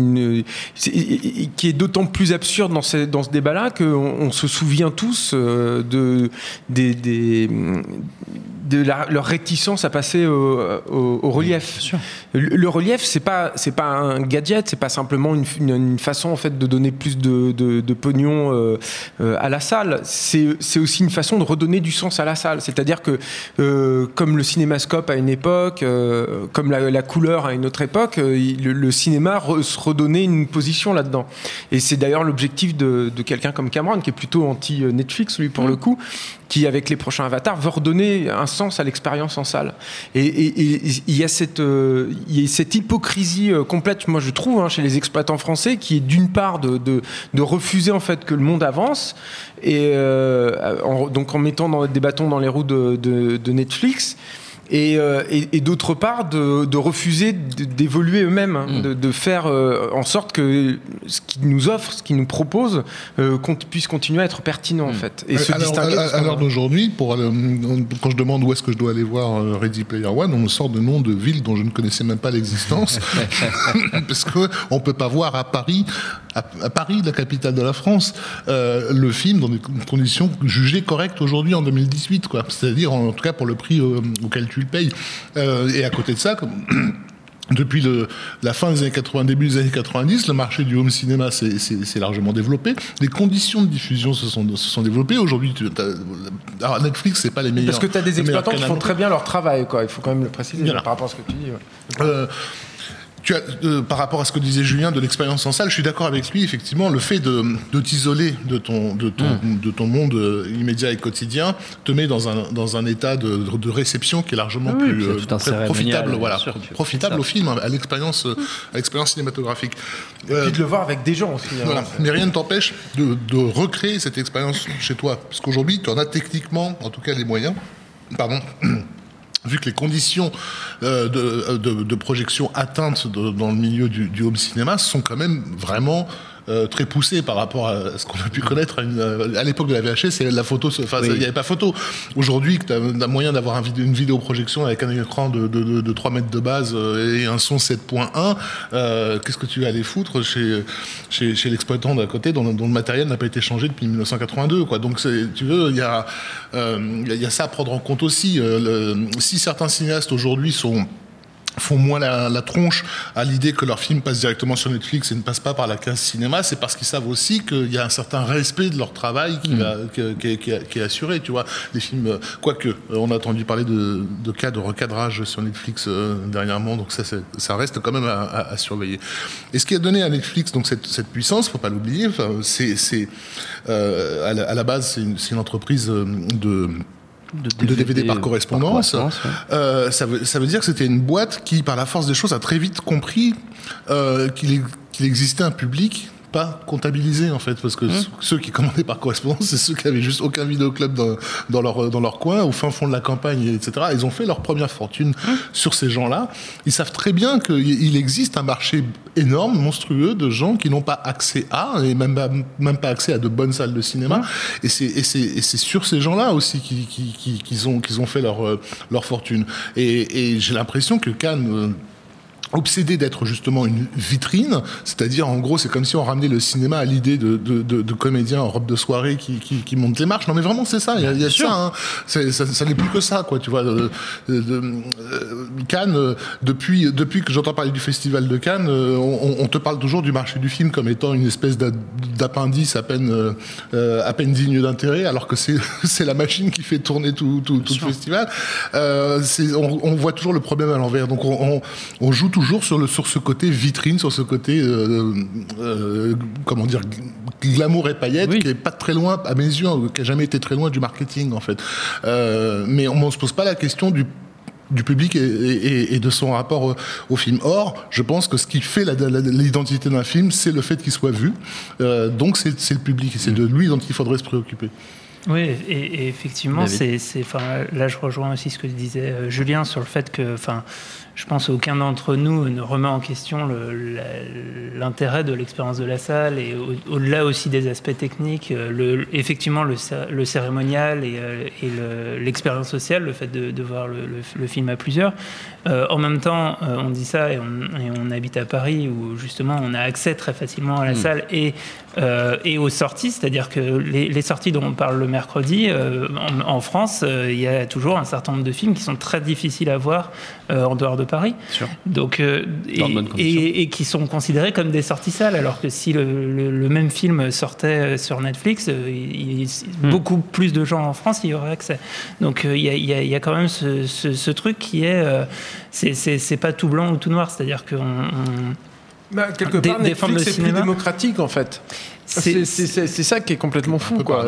a qui est d'autant plus absurde dans ce débat-là qu'on se souvient tous de leur réticence à passer au relief. Bien sûr. Le relief, c'est pas un gadget, c'est pas simplement une façon en fait de donner plus de pognon à la salle. C'est aussi une façon de redonner du sens à la salle. C'est-à-dire que comme le cinémascope à une époque, comme la couleur à une autre époque, le cinéma se redonnait une position là-dedans. Et c'est d'ailleurs l'objectif de quelqu'un comme Cameron, qui est plutôt anti-Netflix, lui, pour le coup, qui, avec les prochains Avatars, veut redonner un sens à l'expérience en salle. Et il y a cette hypocrisie complète, moi je trouve, chez les exploitants français, qui est d'une part de refuser en fait que le monde avance, et donc en mettant des bâtons dans les roues de Netflix. Et d'autre part de refuser d'évoluer eux-mêmes, de faire en sorte que ce qu'ils nous offrent, ce qu'ils nous proposent, qu'on puisse continuer à être pertinent en fait, et se distinguer. À l'heure d'aujourd'hui, quand je demande où est-ce que je dois aller voir Ready Player One, on me sort de noms de villes dont je ne connaissais même pas l'existence, parce qu'on peut pas voir à Paris, la capitale de la France, le film dans des conditions jugées correctes aujourd'hui en 2018, quoi. C'est-à-dire en tout cas pour le prix auquel tu le payes. Et à côté de ça, depuis la fin des années 80, début des années 90, le marché du home cinéma s'est largement développé. Les conditions de diffusion se sont développées. Aujourd'hui, alors Netflix, c'est pas les meilleurs. Parce que tu as des exploitants qui font très bien leur travail, quoi. Il faut quand même le préciser par rapport à ce que tu dis. Ouais. Tu as, par rapport à ce que disait Julien de l'expérience en salle, je suis d'accord avec lui. Effectivement, le fait de t'isoler de ton monde immédiat et quotidien te met dans un état de réception qui est largement plus profitable, profitable au film, à l'expérience cinématographique. Et puis de le voir avec des gens aussi. Voilà. Mais rien ne t'empêche de recréer cette expérience chez toi, parce qu'aujourd'hui, tu en as techniquement, en tout cas, les moyens. Vu que les conditions de projection atteintes dans le milieu du home cinéma sont quand même vraiment très poussées par rapport à ce qu'on a pu connaître à l'époque de la VHS. C'est la photo, il n'y avait pas photo. Aujourd'hui, tu as moyen d'avoir une vidéoprojection avec un écran de 3 mètres de base et un son 7.1. Qu'est-ce que tu vas aller foutre chez l'exploitant d'à côté dont le matériel n'a pas été changé depuis 1982, quoi. Donc, tu veux, il y a ça à prendre en compte aussi. Si certains cinéastes aujourd'hui font moins la tronche à l'idée que leur film passe directement sur Netflix et ne passe pas par la case cinéma, c'est parce qu'ils savent aussi qu'il y a un certain respect de leur travail qui est assuré, tu vois. Les films, quoique, on a entendu parler de cas de recadrage sur Netflix dernièrement, donc ça reste quand même à surveiller. Et ce qui a donné à Netflix donc cette puissance, faut pas l'oublier, à la base c'est une entreprise de DVD par correspondance. Ouais. Ça veut dire que c'était une boîte qui, par la force des choses, a très vite compris qu'il existait un public pas comptabilisé, en fait, parce que ceux qui commandaient par correspondance, c'est ceux qui avaient juste aucun vidéoclub dans leur coin, au fin fond de la campagne, etc. Ils ont fait leur première fortune sur ces gens-là. Ils savent très bien qu'il existe un marché énorme, monstrueux, de gens qui n'ont pas accès et même pas accès à de bonnes salles de cinéma. Et c'est sur ces gens-là aussi qu'ils ont fait leur fortune. Et j'ai l'impression que Cannes, obsédé d'être justement une vitrine, c'est-à-dire en gros c'est comme si on ramenait le cinéma à l'idée de comédiens en robe de soirée qui montent les marches. Non mais vraiment c'est ça, il y a ça, hein. Ça n'est plus que ça, quoi, tu vois. Cannes, depuis que j'entends parler du festival de Cannes, on te parle toujours du marché du film comme étant une espèce d'appendice à peine digne d'intérêt, alors que c'est la machine qui fait tourner tout le festival. On voit toujours le problème à l'envers, donc on joue toujours sur ce côté vitrine, sur ce côté comment dire, glamour et paillettes, qui est pas très loin à mes yeux, qui a jamais été très loin du marketing en fait. Mais on se pose pas la question du public et de son rapport au film. Or, je pense que ce qui fait l'identité d'un film, c'est le fait qu'il soit vu. Donc c'est le public, et c'est de lui dont il faudrait se préoccuper. Oui, et effectivement, là je rejoins aussi ce que disait Julien sur le fait que, je pense qu'aucun d'entre nous ne remet en question l'intérêt de l'expérience de la salle, et au-delà aussi des aspects techniques, effectivement le cérémonial et l'expérience sociale, le fait de voir le film à plusieurs. En même temps, on dit ça et on habite à Paris où justement on a accès très facilement à la salle et aux sorties, c'est-à-dire que les sorties dont on parle le mercredi, en France, il y a toujours un certain nombre de films qui sont très difficiles à voir en dehors de Paris. Sûr. Donc, et qui sont considérés comme des sorties salles, alors que si le même film sortait sur Netflix, beaucoup plus de gens en France y auraient accès. Donc il y a quand même ce truc qui est c'est pas tout blanc ou tout noir, c'est-à-dire qu'on quelque part, Netflix, c'est plus démocratique, en fait. C'est ça qui est complètement fou, quoi.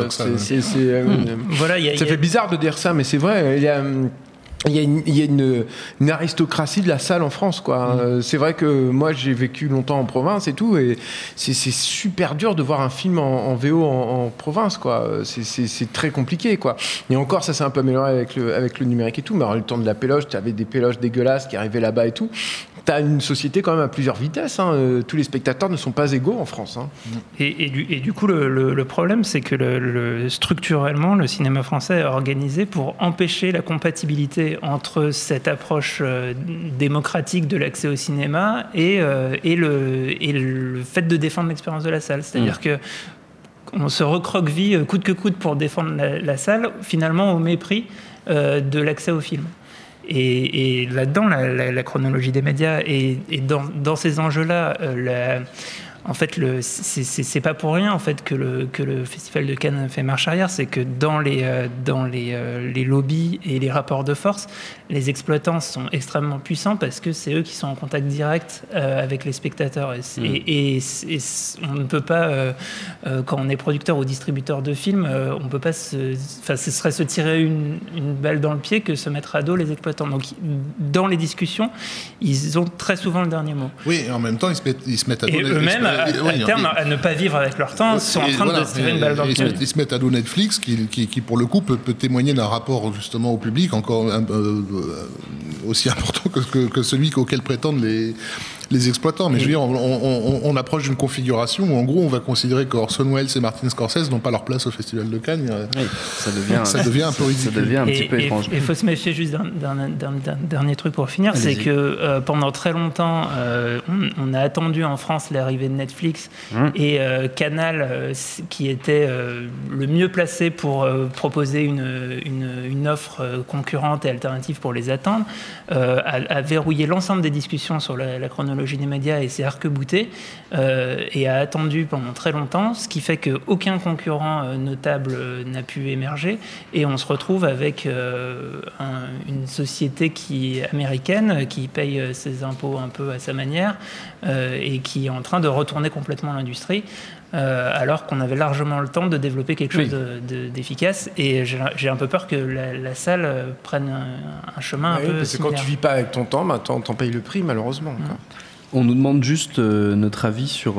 Voilà, ça fait bizarre de dire ça, mais c'est vrai. Il y a une aristocratie de la salle en France, quoi. C'est vrai que moi j'ai vécu longtemps en province et tout, et c'est super dur de voir un film en VO en province, quoi. C'est très compliqué, quoi. Et encore, ça s'est un peu amélioré avec le numérique et tout, mais alors, le temps de la péloche, tu avais des péloches dégueulasses qui arrivaient là-bas et tout. T'as une société quand même à plusieurs vitesses, hein. Tous les spectateurs ne sont pas égaux en France, hein. Et du coup, le problème, c'est que structurellement, le cinéma français est organisé pour empêcher la compatibilité entre cette approche démocratique de l'accès au cinéma et le fait de défendre l'expérience de la salle. C'est-à-dire que on se recroqueville coûte que coûte pour défendre la salle, finalement au mépris de l'accès au film. Et là-dedans, la chronologie des médias et dans ces enjeux-là, en fait, c'est pas pour rien en fait que le Festival de Cannes fait marche arrière. C'est que dans les lobbies et les rapports de force, les exploitants sont extrêmement puissants parce que c'est eux qui sont en contact direct avec les spectateurs. Et on ne peut pas, quand on est producteur ou distributeur de films, on peut pas ce serait se tirer une balle dans le pied que se mettre à dos les exploitants. Donc, dans les discussions, ils ont très souvent le dernier mot. Oui, et en même temps, ils se mettent à dos. Et eux-mêmes, à terme, à ne pas vivre avec leur temps, sont en train de se tirer une balle dans le pied. Ils se mettent à dos Netflix, qui pour le coup, peut témoigner d'un rapport justement au public encore aussi important que celui auquel prétendent les exploitants. Mais je veux dire, on approche d'une configuration où en gros on va considérer qu'Orson Welles et Martin Scorsese n'ont pas leur place au Festival de Cannes. Oui, ça devient un peu ridicule. Ça devient un petit peu étrange. Il faut se méfier juste d'un dernier truc pour finir. Allez-y. C'est que pendant très longtemps on a attendu en France l'arrivée de Netflix et Canal qui était le mieux placé pour proposer une offre concurrente et alternative pour les attendre a verrouillé l'ensemble des discussions sur la chronologie des médias et s'est arc-bouté et a attendu pendant très longtemps, ce qui fait qu'aucun concurrent notable n'a pu émerger et on se retrouve avec une société qui est américaine, qui paye ses impôts un peu à sa manière et qui est en train de retourner complètement l'industrie. Alors qu'on avait largement le temps de développer quelque chose d'efficace. Et j'ai un peu peur que la salle prenne un chemin un peu parce que similaire. quand tu vis pas avec ton temps, t'en payes le prix, malheureusement. Quoi. On nous demande juste notre avis sur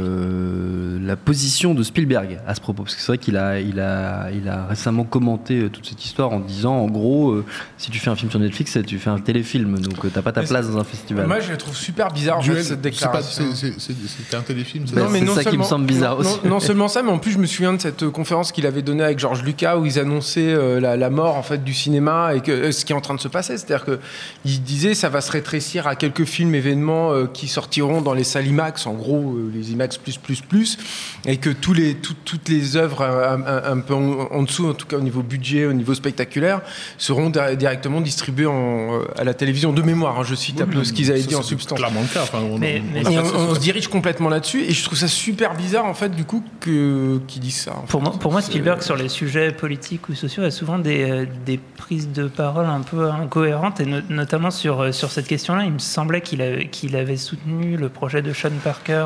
la position de Spielberg à ce propos, parce que c'est vrai qu'il a récemment commenté toute cette histoire en disant, en gros, si tu fais un film sur Netflix, tu fais un téléfilm, donc t'as pas ta place dans un festival. Moi, je la trouve super bizarre, cette déclaration. C'est un téléfilm, c'est ça qui me semble bizarre aussi. Non seulement ça, mais en plus, je me souviens de cette conférence qu'il avait donnée avec George Lucas, où ils annonçaient la mort en fait, du cinéma et que ce qui est en train de se passer. C'est-à-dire qu'il disait ça va se rétrécir à quelques films, événements qui sortiront dans les salles IMAX, en gros les IMAX+++, et que toutes les œuvres un peu en dessous, en tout cas au niveau budget, au niveau spectaculaire, seront directement distribuées à la télévision de mémoire. Je cite un peu ce qu'ils avaient dit en substance. Clairement le cas. Enfin, on se dirige complètement là-dessus, et je trouve ça super bizarre en fait du coup qu'ils disent ça. Pour moi, Spielberg sur les sujets politiques ou sociaux a souvent des prises de parole un peu incohérentes, et notamment sur cette question-là, il me semblait qu'il avait soutenu le projet de Sean Parker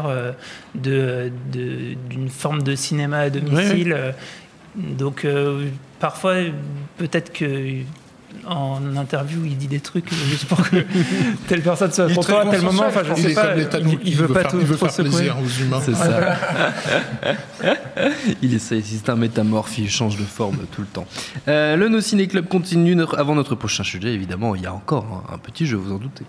d'une forme de cinéma à domicile. Donc parfois, peut-être que en interview, il dit des trucs juste pour que telle personne soit content à tel moment. Enfin, je sais pas. Il veut pas faire plaisir aux humains. C'est ça. Il essaie. Si c'est un métamorphe, il change de forme tout le temps. Le No Ciné Club continue. Avant notre prochain sujet, évidemment, il y a encore un petit jeu, vous en doutez.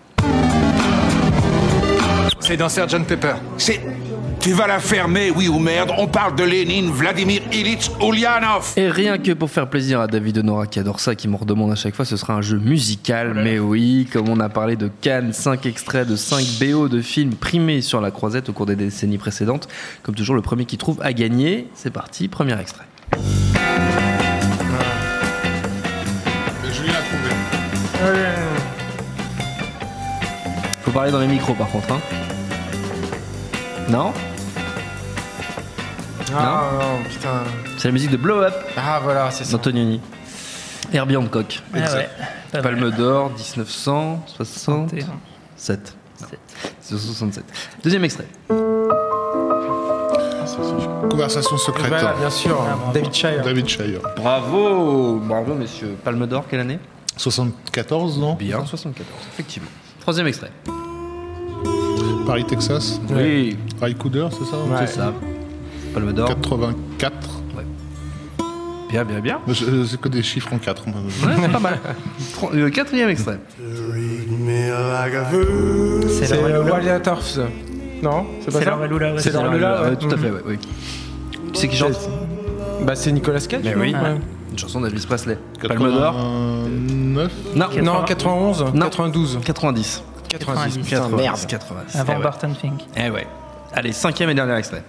C'est dans Sgt Pepper. Tu vas la fermer, oui ou merde. On parle de Lénine, Vladimir Ilitch Ulyanov. Et rien que pour faire plaisir à David Honora qui adore ça, qui m'en redemande à chaque fois, ce sera un jeu musical. Mais oui, comme on a parlé de Cannes, 5 extraits de 5 BO de films primés sur la croisette au cours des décennies précédentes. Comme toujours, le premier qui trouve a gagné. C'est parti, premier extrait. Julien a trouvé. Faut parler dans les micros par contre, hein. Non ? Non, putain. C'est la musique de Blow Up. Ah voilà, c'est ça. d'Antonioni. Herbie Hancock. Ouais, Palme d'Or, 1967. 1967. Deuxième extrait. Conversation secrète. Voilà, bien sûr. David Shire. Bravo, messieurs. Palme d'Or, quelle année ? 74, non ? Bien, 74, effectivement. Troisième extrait. Paris, Texas. Oui. Ray Cooder, c'est ça ? Ouais. C'est ça. Palme d'Or. 84. Ouais. Bien. C'est que des chiffres en 4. Ouais, c'est pas mal. Quatrième extrait. C'est le Wild Turfs. Non, c'est pas ça. C'est Laure Lula. Tout à fait, oui. Qui c'est qui chante ? Bah, c'est Nicolas Cage. Mais oui. Ouais. Une chanson d'Elvis Presley. 89. Non, 91. Non. 92. 90. 90. Putain, merde. 90. Avant Barton Fink. Eh ouais. Allez, cinquième et dernier extrait.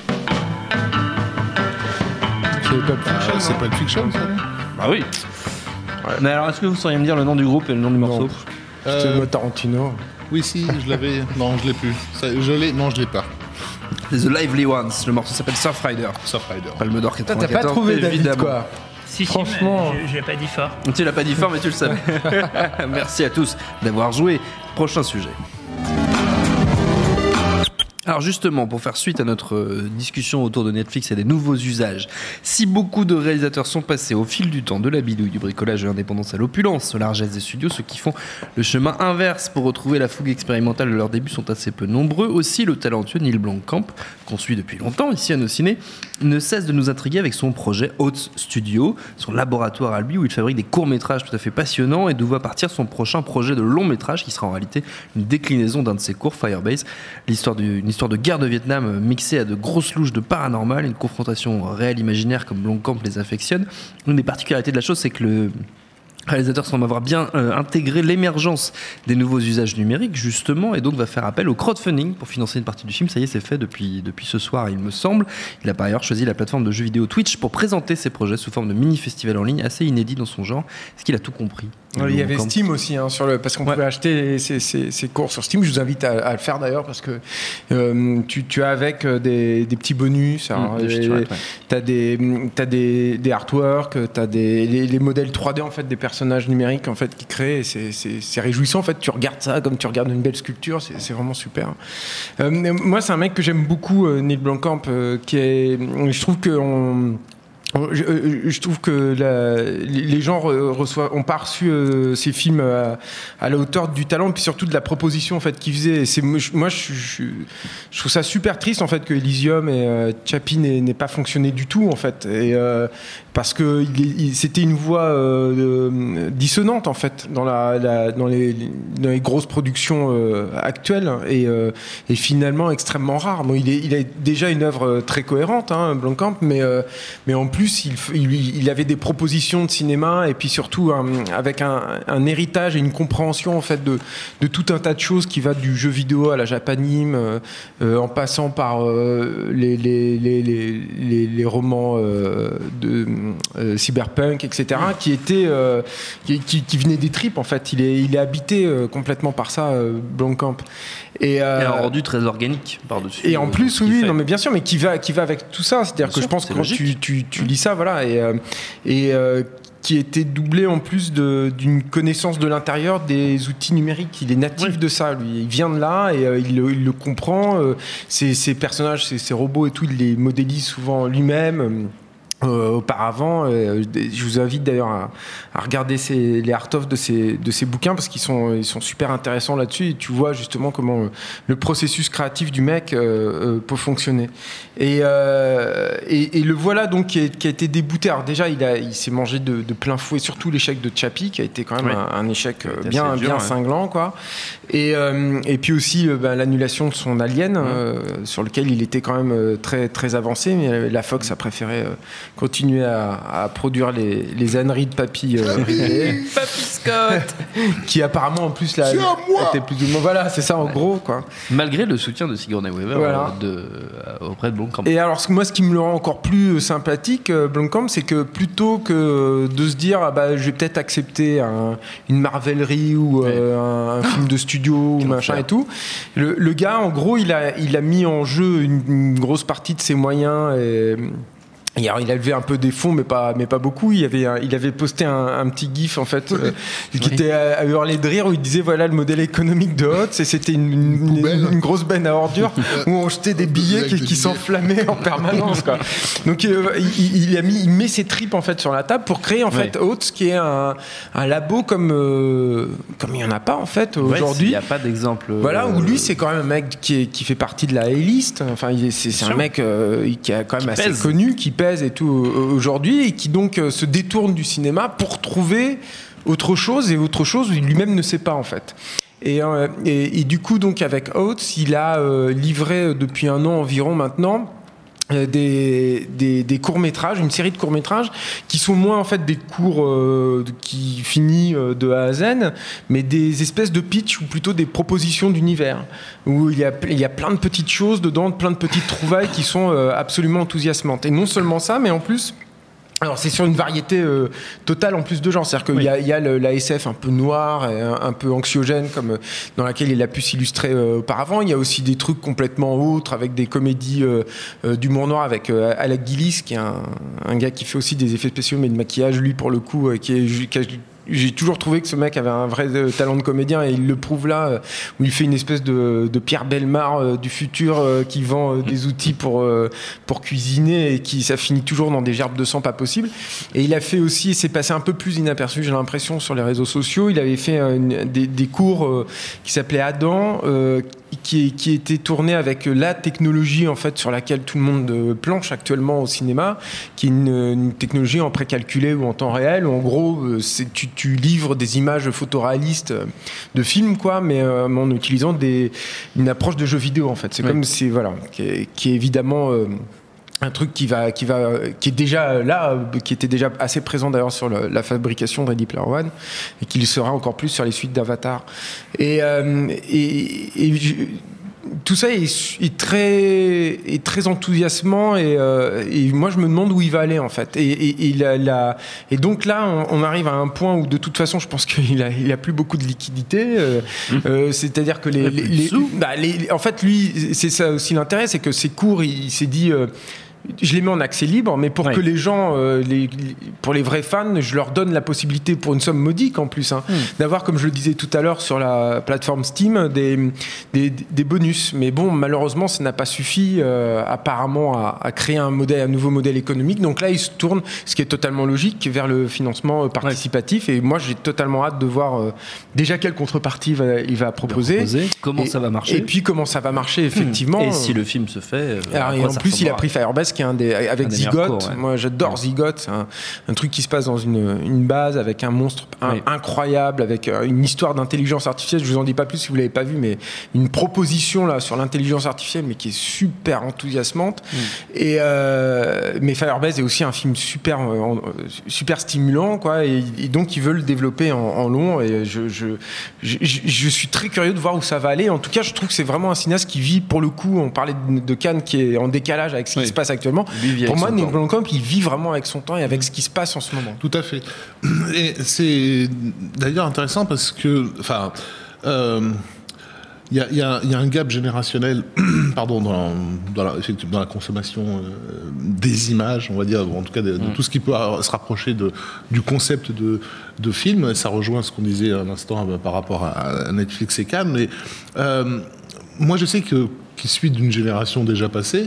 C'est Pulp Fiction, ça ? Bah oui. Ouais. Mais alors, est-ce que vous sauriez me dire le nom du groupe et le nom du morceau ? C'était Tarantino. Oui, si, je l'avais. Non, je l'ai plus. Non, je l'ai pas. The Lively Ones. Le morceau s'appelle Surfrider. Palme d'Or 94. T'as pas trouvé évidemment. David, quoi. Si, franchement, je l'ai pas dit fort. Tu l'as pas dit fort, mais tu le savais. Merci à tous d'avoir joué. Prochain sujet. Alors justement, pour faire suite à notre discussion autour de Netflix et des nouveaux usages, si beaucoup de réalisateurs sont passés au fil du temps de la bidouille, du bricolage et l'indépendance à l'opulence, aux largesses des studios, ceux qui font le chemin inverse pour retrouver la fougue expérimentale de leur début sont assez peu nombreux. Aussi, le talentueux Neil Blomkamp, qu'on suit depuis longtemps ici à nos ciné, ne cesse de nous intriguer avec son projet Oats Studio, son laboratoire à lui où il fabrique des courts-métrages tout à fait passionnants et d'où va partir son prochain projet de long-métrage qui sera en réalité une déclinaison d'un de ses courts, Firebase, une histoire de guerre de Vietnam mixée à de grosses louches de paranormal, une confrontation réelle imaginaire comme Blomkamp les affectionne. Une des particularités de la chose, c'est que le réalisateur semble avoir bien intégré l'émergence des nouveaux usages numériques justement, et donc va faire appel au crowdfunding pour financer une partie du film. Ça y est, c'est fait depuis ce soir, il me semble. Il a par ailleurs choisi la plateforme de jeux vidéo Twitch pour présenter ses projets sous forme de mini-festival en ligne assez inédit dans son genre. Est-ce qu'il a tout compris? Il y avait Steam aussi, parce qu'on pouvait acheter ces cours sur Steam. Je vous invite à le faire d'ailleurs, parce que tu as avec des petits bonus. T'as des artworks, t'as les modèles 3D en fait des personnages numériques en fait qui créent. Et c'est réjouissant en fait. Tu regardes ça comme tu regardes une belle sculpture. C'est vraiment super. Moi, c'est un mec que j'aime beaucoup, Neil Blomkamp, je trouve que je trouve que les gens ont pas reçu ces films à la hauteur du talent et puis surtout de la proposition en fait qu'ils faisaient. Je trouve ça super triste en fait que Elysium et Chappie n'aient pas fonctionné du tout en fait, et parce que c'était une voix dissonante en fait dans les grosses productions actuelles et finalement extrêmement rare. Bon, il a déjà une œuvre très cohérente, Blomkamp, mais en plus il avait des propositions de cinéma et puis surtout avec un héritage et une compréhension en fait de tout un tas de choses qui va du jeu vidéo à la japanime, en passant par les romans de cyberpunk, etc., qui venaient des tripes en fait. Il est habité complètement par ça, Blomkamp. Et un rendu très organique par-dessus. Et en plus, oui, non mais bien sûr, mais qui va avec tout ça. C'est-à-dire que je pense que quand tu lis ça, voilà, et qui était doublé en plus d'une connaissance de l'intérieur des outils numériques. Il est natif de ça, lui. Il vient de là et il le comprend. Ces personnages, ces robots et tout, il les modélise souvent lui-même. Auparavant, je vous invite d'ailleurs à regarder les art-of de ces bouquins parce qu'ils sont super intéressants là-dessus et tu vois justement comment le processus créatif du mec peut fonctionner. Et le voilà donc qui a été débouté. Alors déjà, il s'est mangé de plein fouet, surtout l'échec de Chappie qui a été quand même un échec bien cinglant, quoi. Et puis aussi l'annulation de son Alien, sur lequel il était quand même très très avancé, mais la Fox a préféré continuer à produire les âneries de Papy Ridley. Papy Scott qui apparemment en plus là était plus ou moins, voilà, c'est ça en gros, quoi. Malgré le soutien de Sigourney Weaver, voilà. Auprès de Blomkamp. Et alors moi ce qui me le rend encore plus sympathique, Blomkamp, c'est que plutôt que de se dire je vais peut-être accepter une marvelerie ou un film de studio ou machin et tout, le gars en gros il a mis en jeu une grosse partie de ses moyens et alors, il a levé un peu des fonds, mais pas beaucoup. Il avait posté un petit gif en fait qui était à hurler de rire où il disait voilà le modèle économique de Hotz, et c'était une grosse benne à ordures où on jetait des billets qui s'enflammaient en permanence, quoi. Donc il met ses tripes en fait sur la table pour créer en fait Hotz, qui est un labo comme il y en a pas en fait aujourd'hui. Il n'y a pas d'exemple. Voilà, où lui c'est quand même un mec qui fait partie de la A-list. Enfin c'est un mec qui a quand même assez connu, qui pèse et tout aujourd'hui, et qui donc se détourne du cinéma pour trouver autre chose où lui-même ne sait pas en fait. Et du coup donc avec Oats, il a livré depuis 1 an environ maintenant des courts-métrages, une série de courts-métrages qui sont moins en fait des cours qui finissent de A à Z, mais des espèces de pitch ou plutôt des propositions d'univers où il y a plein de petites choses dedans, plein de petites trouvailles qui sont absolument enthousiasmantes. Et non seulement ça, mais en plus Alors c'est sur une variété totale en plus de genres, c'est-à-dire qu'il y a la SF un peu noire, et un peu anxiogène comme dans laquelle il a pu s'illustrer auparavant. Il y a aussi des trucs complètement autres avec des comédies d'humour noir avec Alec Gillis qui est un gars qui fait aussi des effets spéciaux mais de maquillage, lui pour le coup j'ai toujours trouvé que ce mec avait un vrai talent de comédien et il le prouve là où il fait une espèce de Pierre Bellemare du futur qui vend des outils pour cuisiner et ça finit toujours dans des gerbes de sang pas possible. Et il a fait aussi, c'est passé un peu plus inaperçu j'ai l'impression sur les réseaux sociaux, il avait fait des cours qui s'appelaient Adam qui était tourné avec la technologie en fait sur laquelle tout le monde planche actuellement au cinéma, qui est une technologie en précalculé ou en temps réel où en gros tu livres des images photoréalistes de films quoi, mais en utilisant une approche de jeu vidéo en fait. C'est comme qui est évidemment un truc qui est déjà là, qui était déjà assez présent d'ailleurs sur la fabrication de Ready Player One et qui le sera encore plus sur les suites d'Avatar. Tout ça est très enthousiasmant et moi je me demande où il va aller en fait et donc là on arrive à un point où de toute façon je pense qu'il a plus beaucoup de liquidité c'est-à-dire que en fait lui c'est ça aussi l'intérêt, c'est que ses cours il s'est dit je les mets en accès libre, mais pour que les gens, pour les vrais fans, je leur donne la possibilité, pour une somme modique en plus, d'avoir, comme je le disais tout à l'heure sur la plateforme Steam, des bonus. Mais bon, malheureusement, ça n'a pas suffi apparemment à créer un nouveau modèle économique. Donc là, il se tourne, ce qui est totalement logique, vers le financement participatif. Et moi, j'ai totalement hâte de voir déjà quelle contrepartie il va proposer. Comment ça va marcher. Et puis comment ça va marcher, effectivement. Et si le film se fait. Alors, et en plus, il a pris Firebase, qui est avec Zygote. Moi j'adore Zygote, c'est un truc qui se passe dans une base avec un monstre incroyable, avec une histoire d'intelligence artificielle. Je vous en dis pas plus si vous l'avez pas vu, mais une proposition là sur l'intelligence artificielle, mais qui est super enthousiasmante. Mais Firebase est aussi un film super stimulant quoi, et donc ils veulent le développer en long, et je suis très curieux de voir où ça va aller. En tout cas, je trouve que c'est vraiment un cinéaste qui vit, pour le coup, on parlait de Cannes qui est en décalage avec ce qui se passe actuellement. Pour moi, Neil Blomkamp, il vit vraiment avec son temps et avec ce qui se passe en ce moment. Tout à fait. Et c'est d'ailleurs intéressant parce que, enfin, il y a un gap générationnel, pardon, dans la consommation des images, on va dire, en tout cas de tout ce qui peut se rapprocher du concept de film. Ça rejoint ce qu'on disait à l'instant par rapport à Netflix et Cannes. Mais moi, je sais qui suis d'une génération déjà passée.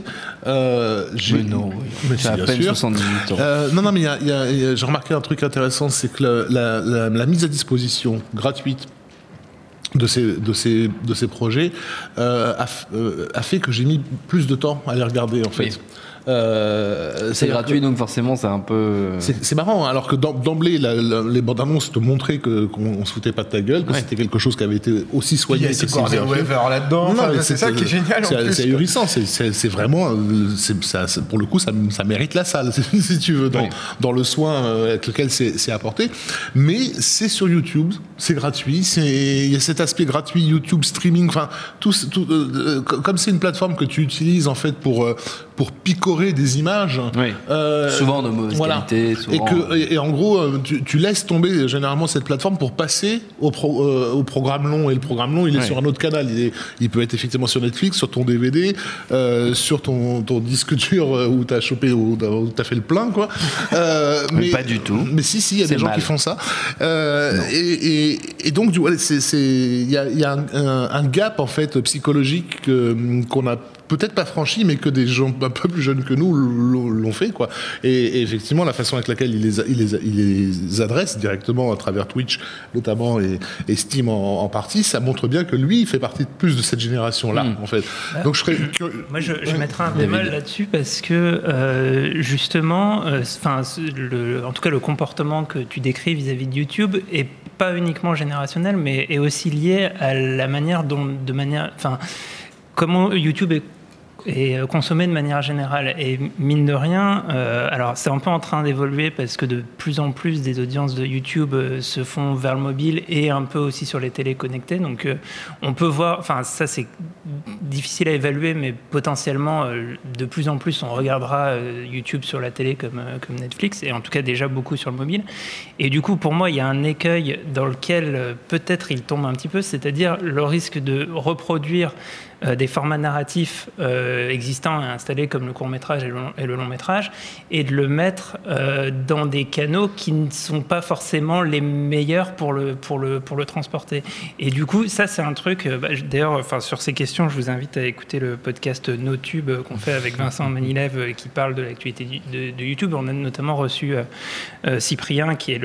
C'est à peine 78 ans. Non, mais j'ai remarqué un truc intéressant, c'est que la mise à disposition gratuite de ces projets a fait que j'ai mis plus de temps à les regarder en fait. Oui. C'est gratuit, donc forcément c'est un peu. C'est marrant, alors que d'emblée les bandes annonces te montraient qu'on se foutait pas de ta gueule, que c'était quelque chose qui avait été aussi soigné. Il y a Gordon Weaver là-dedans. C'est ça qui est génial. C'est ahurissant. C'est vraiment, pour le coup, ça mérite la salle, si tu veux, dans le soin avec lequel c'est apporté. Mais c'est sur YouTube, c'est gratuit. Il y a cet aspect gratuit, YouTube streaming. Enfin, comme c'est une plateforme que tu utilises en fait pour picorer des images, souvent de mauvaise qualité, souvent... et en gros tu laisses tomber généralement cette plateforme pour passer au programme long, et le programme long il est sur un autre canal, il peut être effectivement sur Netflix, sur ton DVD, sur ton disque dur où t'as chopé, où t'as fait le plein quoi. Mais pas du tout. Mais si il y a des gens qui font ça, et donc il y a un gap en fait psychologique qu'on a peut-être pas franchi, mais que des gens un peu plus jeunes que nous l'ont fait, quoi. Et effectivement, la façon avec laquelle il les adresse directement à travers Twitch, notamment, et Steam en partie, ça montre bien que lui, il fait partie plus de cette génération-là, en fait. Donc, moi, je mettrais un bémol là-dessus parce que, justement, en tout cas, le comportement que tu décris vis-à-vis de YouTube est pas uniquement générationnel, mais est aussi lié à la manière comment YouTube est consommé de manière générale. Et mine de rien, alors c'est un peu en train d'évoluer parce que de plus en plus des audiences de YouTube se font vers le mobile et un peu aussi sur les télés connectées. Donc on peut voir, enfin ça c'est difficile à évaluer, mais potentiellement de plus en plus on regardera YouTube sur la télé comme Netflix, et en tout cas déjà beaucoup sur le mobile. Et du coup pour moi il y a un écueil dans lequel peut-être il tombe un petit peu, c'est-à-dire le risque de reproduire des formats narratifs existants et installés comme le court-métrage et le long-métrage, et de le mettre dans des canaux qui ne sont pas forcément les meilleurs pour le transporter. Et du coup, ça c'est un truc, d'ailleurs, sur ces questions, je vous invite à écouter le podcast NoTube qu'on fait avec Vincent Manilev qui parle de l'actualité de YouTube. On a notamment reçu Cyprien qui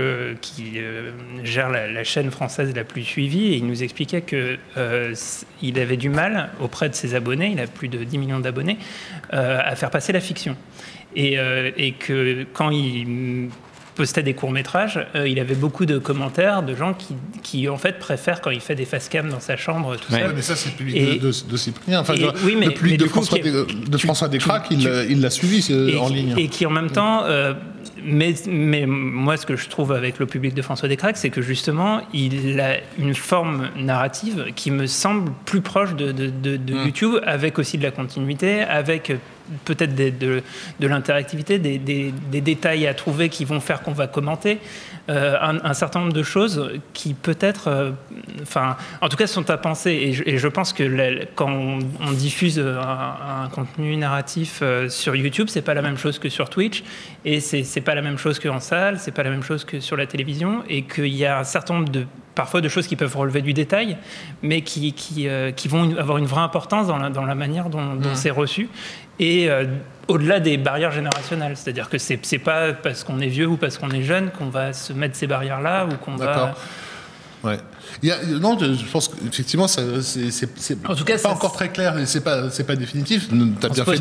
gère la chaîne française la plus suivie, et il nous expliquait qu'il avait du mal auprès de ses abonnés, il a plus de 10 millions d'abonnés, à faire passer la fiction. Et que quand il postait des courts-métrages, il avait beaucoup de commentaires de gens qui en fait préfèrent quand il fait des face-cam dans sa chambre tout seul. Mais ça c'est le public de Cyprien, le public de François Descraques, il l'a suivi en ligne. Et qui en même temps... Mais moi, ce que je trouve avec le public de François Descraques, c'est que justement, il a une forme narrative qui me semble plus proche de YouTube, avec aussi de la continuité, avec peut-être de l'interactivité, des détails à trouver qui vont faire qu'on va commenter, un certain nombre de choses qui peut-être, en tout cas, sont à penser. Et je pense que quand on diffuse un contenu narratif sur YouTube, c'est pas la même chose que sur Twitch, et c'est pas la même chose qu'en salle, c'est pas la même chose que sur la télévision, et qu'il y a un certain nombre parfois de choses qui peuvent relever du détail, mais qui vont avoir une vraie importance dans la manière dont c'est reçu. Et au-delà des barrières générationnelles, c'est-à-dire que c'est pas parce qu'on est vieux ou parce qu'on est jeune qu'on va se mettre ces barrières-là ou qu'on va... Ouais. Non, je pense qu'effectivement, c'est en tout cas, pas encore très clair, et c'est pas définitif. T'as bien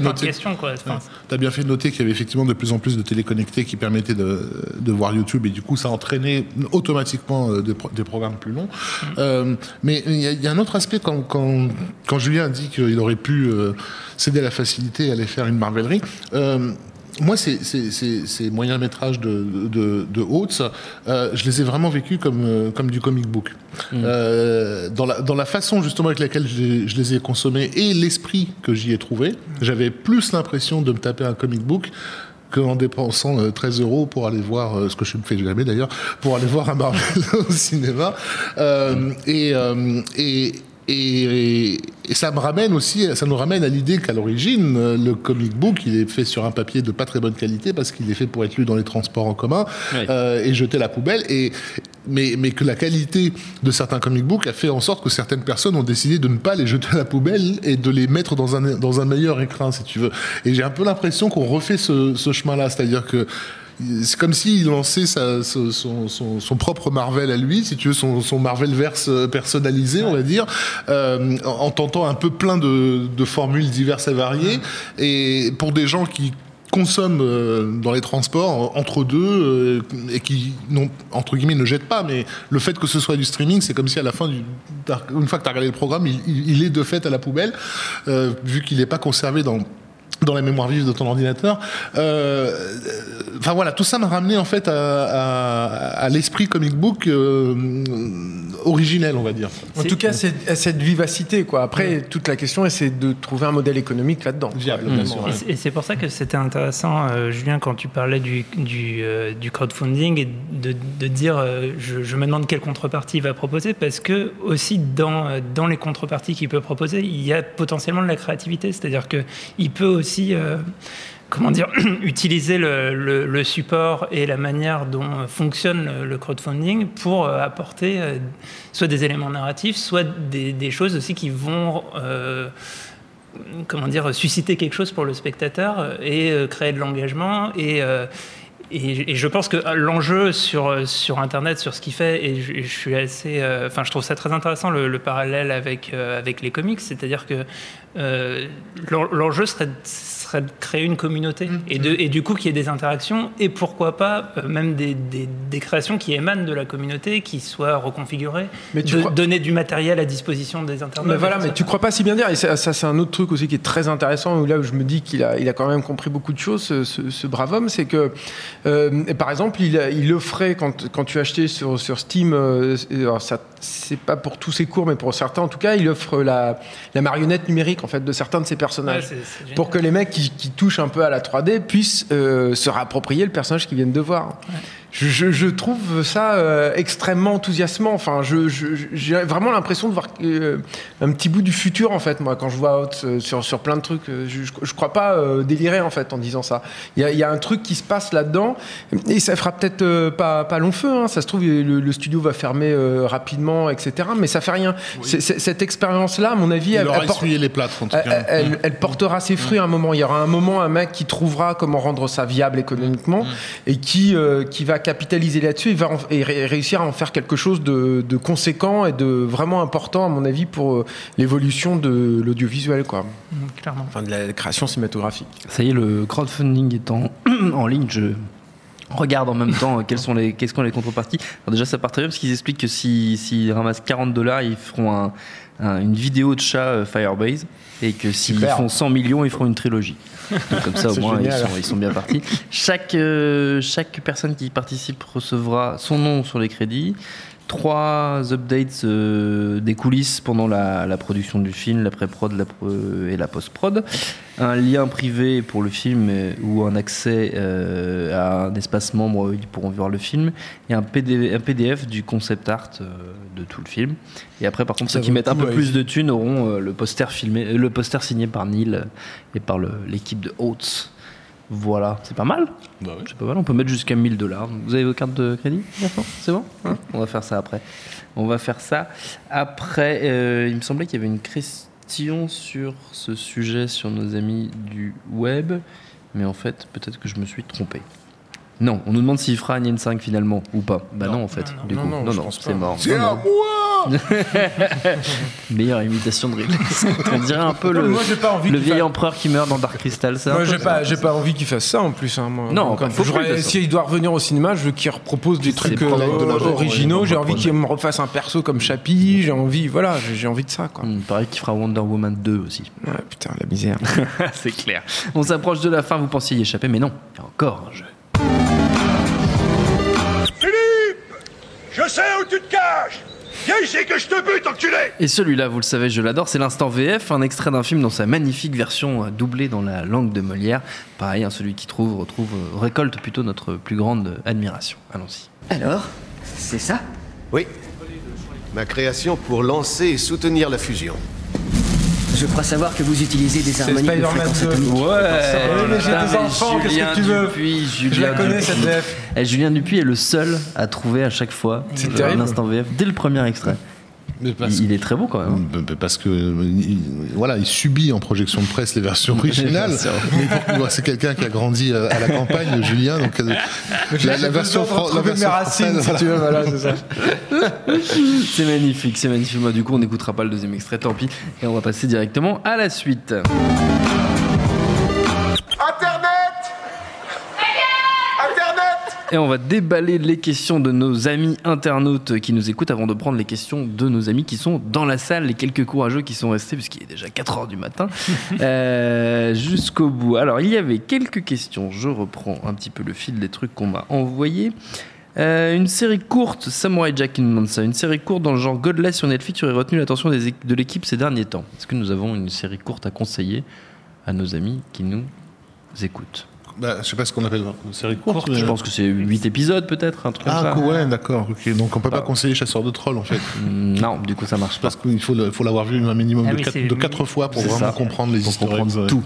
fait de noter qu'il y avait effectivement de plus en plus de téléconnectés qui permettaient de voir YouTube, et du coup, ça entraînait automatiquement des programmes plus longs. Mais il y a un autre aspect quand Julien a dit qu'il aurait pu céder à la facilité et aller faire une marvellerie. Moi, ces moyens métrages de Oates, je les ai vraiment vécus comme du comic book. Dans la façon justement avec laquelle je les ai consommés et l'esprit que j'y ai trouvé, j'avais plus l'impression de me taper un comic book qu'en dépensant 13 € pour aller voir, ce que je ne fais jamais d'ailleurs, pour aller voir un Marvel au cinéma. Et ça nous ramène à l'idée qu'à l'origine, le comic book, il est fait sur un papier de pas très bonne qualité parce qu'il est fait pour être lu dans les transports en commun, et jeté à la poubelle. Mais que la qualité de certains comic books a fait en sorte que certaines personnes ont décidé de ne pas les jeter à la poubelle et de les mettre dans un meilleur écrin, si tu veux. Et j'ai un peu l'impression qu'on refait ce chemin-là, c'est-à-dire que c'est comme s'il lançait son propre Marvel à lui, si tu veux, son Marvelverse personnalisé, on va dire, en tentant un peu plein de formules diverses et variées, et pour des gens qui consomment dans les transports entre deux, et qui entre guillemets ne jettent pas, mais le fait que ce soit du streaming, c'est comme si à la fin une fois que tu as regardé le programme, il est de fait à la poubelle, vu qu'il n'est pas conservé dans la mémoire vive de ton ordinateur. Voilà, tout ça m'a ramené en fait à l'esprit comic book originel, on va dire. En tout cas, c'est cette vivacité, quoi. Après, toute la question, c'est de trouver un modèle économique là-dedans. Et c'est pour ça que c'était intéressant, Julien, quand tu parlais du crowdfunding, et de dire, je me demande quelle contrepartie il va proposer, parce que aussi dans les contreparties qu'il peut proposer, il y a potentiellement de la créativité, c'est-à-dire que il peut aussi utiliser le support et la manière dont fonctionne le crowdfunding pour apporter soit des éléments narratifs, soit des choses aussi qui vont susciter quelque chose pour le spectateur et créer de l'engagement. Et je pense que l'enjeu sur Internet, sur ce qu'il fait, et je suis assez... je trouve ça très intéressant, le parallèle avec les comics, c'est-à-dire que l'enjeu serait serait de créer une communauté et du coup qu'il y ait des interactions et pourquoi pas même des créations qui émanent de la communauté, qui soient reconfigurées, donner du matériel à disposition des internautes. Mais voilà, mais tu crois pas si bien dire, et ça c'est un autre truc aussi qui est très intéressant, où là où je me dis qu'il a quand même compris beaucoup de choses, ce brave homme, c'est que par exemple il offrait quand tu achetais sur Steam, alors ça c'est pas pour tous ses cours mais pour certains en tout cas, il offre la marionnette numérique en fait de certains de ses personnages, pour que les mecs qui touchent un peu à la 3D puissent se réapproprier le personnage qu'ils viennent de voir. Ouais. Je trouve ça extrêmement enthousiasmant. Enfin, j'ai vraiment l'impression de voir un petit bout du futur en fait. Moi, quand je vois Out sur plein de trucs, je crois pas délirer en fait en disant ça. Il y a un truc qui se passe là-dedans et ça fera peut-être pas long feu. Hein. Ça se trouve le studio va fermer rapidement, etc. Mais ça fait rien. Oui. Cette expérience-là, à mon avis, elle les plâtres, en tout cas. Elle portera ses fruits à un moment. Il y aura un moment un mec qui trouvera comment rendre ça viable économiquement et qui va capitaliser là-dessus et réussir à en faire quelque chose de conséquent et de vraiment important à mon avis pour l'évolution de l'audiovisuel quoi. Clairement. Enfin de la création cinématographique. Ça y est, le crowdfunding est en ligne. Je regarde en même temps quelles sont les contreparties. Alors déjà ça part très bien parce qu'ils expliquent que s'ils ramassent $40, ils feront une vidéo de chat Firebase et que s'ils font 100 millions, ils feront une trilogie. Donc comme ça au moins ils sont bien partis. Chaque personne qui participe recevra son nom sur les crédits, 3 updates des coulisses pendant la production du film, la pré-prod et la post-prod, un lien privé pour le film ou un accès à un espace membre où ils pourront voir le film, et un PDF du concept art de tout le film. Et après par contre ceux qui mettent un peu plus de thunes auront le poster signé par Neil et par l'équipe de Oates. Voilà, c'est pas mal. Bah oui. C'est pas mal, on peut mettre jusqu'à $1000. Vous avez vos cartes de crédit? C'est bon hein? On va faire ça après. Il me semblait qu'il y avait une question sur ce sujet sur nos amis du web, mais en fait, peut-être que je me suis trompé. Non, on nous demande s'il fera Alien 5 finalement ou pas. Non en fait. Non, c'est mort. C'est à moi. Meilleure imitation de Ridley. On dirait un peu le vieil empereur qui meurt dans Dark Crystal. Moi, j'ai pas envie qu'il fasse ça en plus. Hein, moi. Non, s'il doit revenir au cinéma, je veux qu'il repropose des trucs originaux. J'ai envie qu'il me refasse un perso comme Chappie. J'ai envie de ça. Quoi. Il paraît qu'il fera Wonder Woman 2 aussi. Ouais, putain, la misère. C'est clair. On s'approche de la fin. Vous pensiez y échapper, mais non. Il y a encore un jeu. Philippe, je sais où tu te caches. Viens ici que je te bute, enculé! Et celui-là, vous le savez, je l'adore, c'est l'instant VF, un extrait d'un film dans sa magnifique version doublée dans la langue de Molière. Pareil, celui qui récolte plutôt notre plus grande admiration. Allons-y. Alors, c'est ça? Oui. Ma création pour lancer et soutenir la fusion. Je crois savoir que vous utilisez des harmoniques de fréquence atomique. Mais j'ai des enfants, qu'est-ce que tu veux? Je la connais cette VF. Julien Dupuis est le seul à trouver à chaque fois un instant VF dès le premier extrait. Il est très beau quand même. Parce que il subit en projection de presse les versions originales. Mais c'est quelqu'un qui a grandi à la campagne, Julien. Donc la version mes racines, si tu veux. Voilà, c'est ça. C'est magnifique. Moi, du coup, on n'écoutera pas le deuxième extrait, tant pis. Et on va passer directement à la suite. Et on va déballer les questions de nos amis internautes qui nous écoutent avant de prendre les questions de nos amis qui sont dans la salle, les quelques courageux qui sont restés, puisqu'il est déjà 4h du matin, jusqu'au bout. Alors, il y avait quelques questions. Je reprends un petit peu le fil des trucs qu'on m'a envoyés. Une série courte, Samurai Jack qui nous demande ça, une série courte dans le genre Godless sur Netflix aurait retenu l'attention de l'équipe ces derniers temps. Est-ce que nous avons une série courte à conseiller à nos amis qui nous écoutent? Je sais pas ce qu'on appelle une série courte. Je pense que c'est 8 épisodes peut-être, un truc comme ça. Ah ouais, d'accord. Okay. Donc on peut pas conseiller Chasseur de trolls en fait. Non, du coup ça marche pas. Parce qu'il faut l'avoir vu un minimum de 4 fois pour vraiment comprendre les histoires. Tout.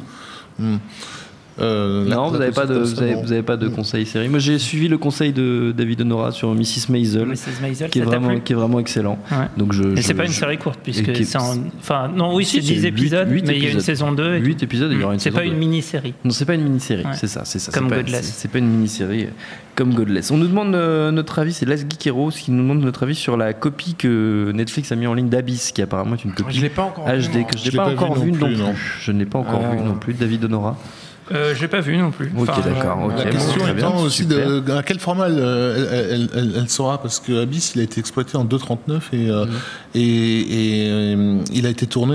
Non, vous n'avez pas de conseil série. Moi, j'ai suivi le conseil de David Honora sur Mrs. Maisel, qui est vraiment excellent. Ouais. Donc c'est pas une série courte puisque c'est c'est 10 épisodes, mais il y a une saison 2. 8 épisodes, il y aura une saison 2. C'est pas une mini-série. Non, c'est pas une mini-série, c'est ça. Comme Godless. C'est pas une mini-série comme Godless. On nous demande notre avis, c'est Last Geek Heroes qui nous demande notre avis sur la copie que Netflix a mis en ligne d'Abyss, qui apparemment est une copie je l'ai pas encore HD que je n'ai pas encore vue non plus. Je n'ai pas encore vu non plus. David Honora. J'ai pas vu non plus. Ok, d'accord. La question étant aussi à quel format elle sera, parce que Abyss il a été exploité en 2.39 et il a été tourné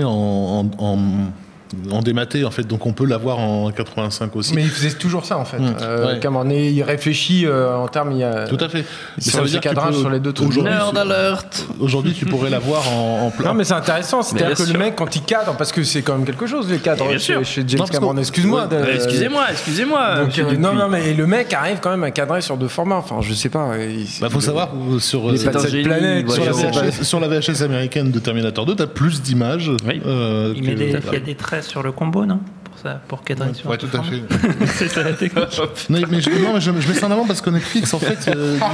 en dématé en fait, donc on peut l'avoir en 85 aussi. Mais il faisait toujours ça en fait. Cameron, il réfléchit en termes. Tout à fait. Ça veut dire cadrage sur les deux trucs. Nerd alert. Aujourd'hui, tu pourrais l'avoir en plein. Non, mais c'est intéressant. C'est-à-dire que le mec, quand il cadre, parce que c'est quand même quelque chose les cadres chez James Cameron. Excuse-moi. Excusez-moi. Non, mais le mec arrive quand même à cadrer sur deux formats. Enfin, je sais pas. Faut savoir sur cette planète, sur la VHS américaine de Terminator 2, t'as plus d'images. Il y a des traits sur le combo, non ? Pour cadrer sur tout à fait. C'est ça la technique. Mais je mets ça en avant parce que Netflix, en fait.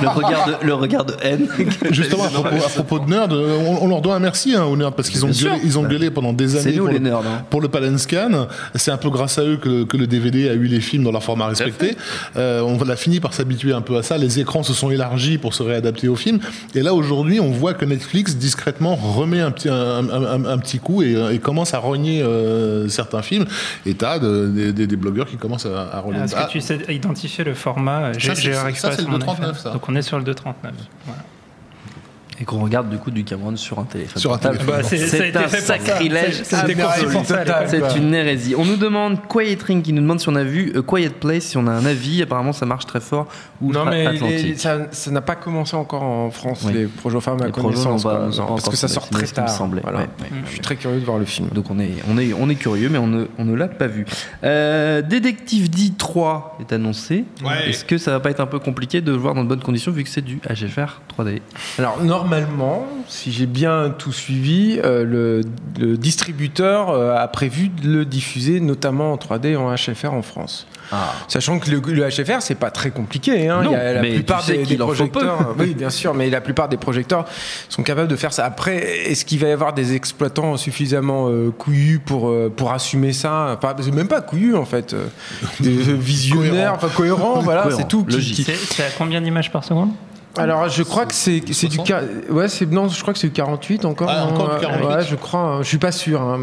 Le regard de haine. Justement, à propos de Nerd, on leur doit un merci aux Nerds parce qu'ils ont gueulé pendant des années pour le Palenscan. C'est un peu grâce à eux que le DVD a eu les films dans leur format respecté. On a fini par s'habituer un peu à ça. Les écrans se sont élargis pour se réadapter aux films. Et là, aujourd'hui, on voit que Netflix, discrètement, remet un petit coup et commence à rogner certains films. Et t'as des blogueurs qui commencent à relever. Est-ce que tu sais identifier le format ça, c'est le 2.39, ça. Donc on est sur le 2.39. Voilà. Et qu'on regarde du coup du Cameron sur un téléphone. C'est un sacrilège. C'est une hérésie. On nous demande Quiet Ring qui nous demande si on a vu Quiet Place, si on a un avis. Apparemment ça marche très fort. Non mais ça n'a pas commencé encore en France, les projets, enfin ma connaissance. Parce que ça sort très tard. Je suis très curieux de voir le film. Donc on est curieux, mais on ne l'a pas vu. Détective D 3 est annoncé. Est-ce que ça va pas être un peu compliqué de le voir dans de bonnes conditions vu que c'est du HFR 3D? Alors normalement, si j'ai bien tout suivi, le distributeur a prévu de le diffuser notamment en 3D et en HFR en France. Sachant que le HFR, c'est pas très compliqué. Hein. Non, il y a la plupart des projecteurs. Oui, bien sûr, mais la plupart des projecteurs sont capables de faire ça. Après, est-ce qu'il va y avoir des exploitants suffisamment couillus pour assumer ça? Enfin, c'est même pas couillus en fait. Des visionnaires, cohérents, voilà, c'est tout. C'est à combien d'images par seconde? Alors je crois que c'est du je crois que c'est du 48 encore. Encore 48. Ouais, je crois. Je suis pas sûr, hein,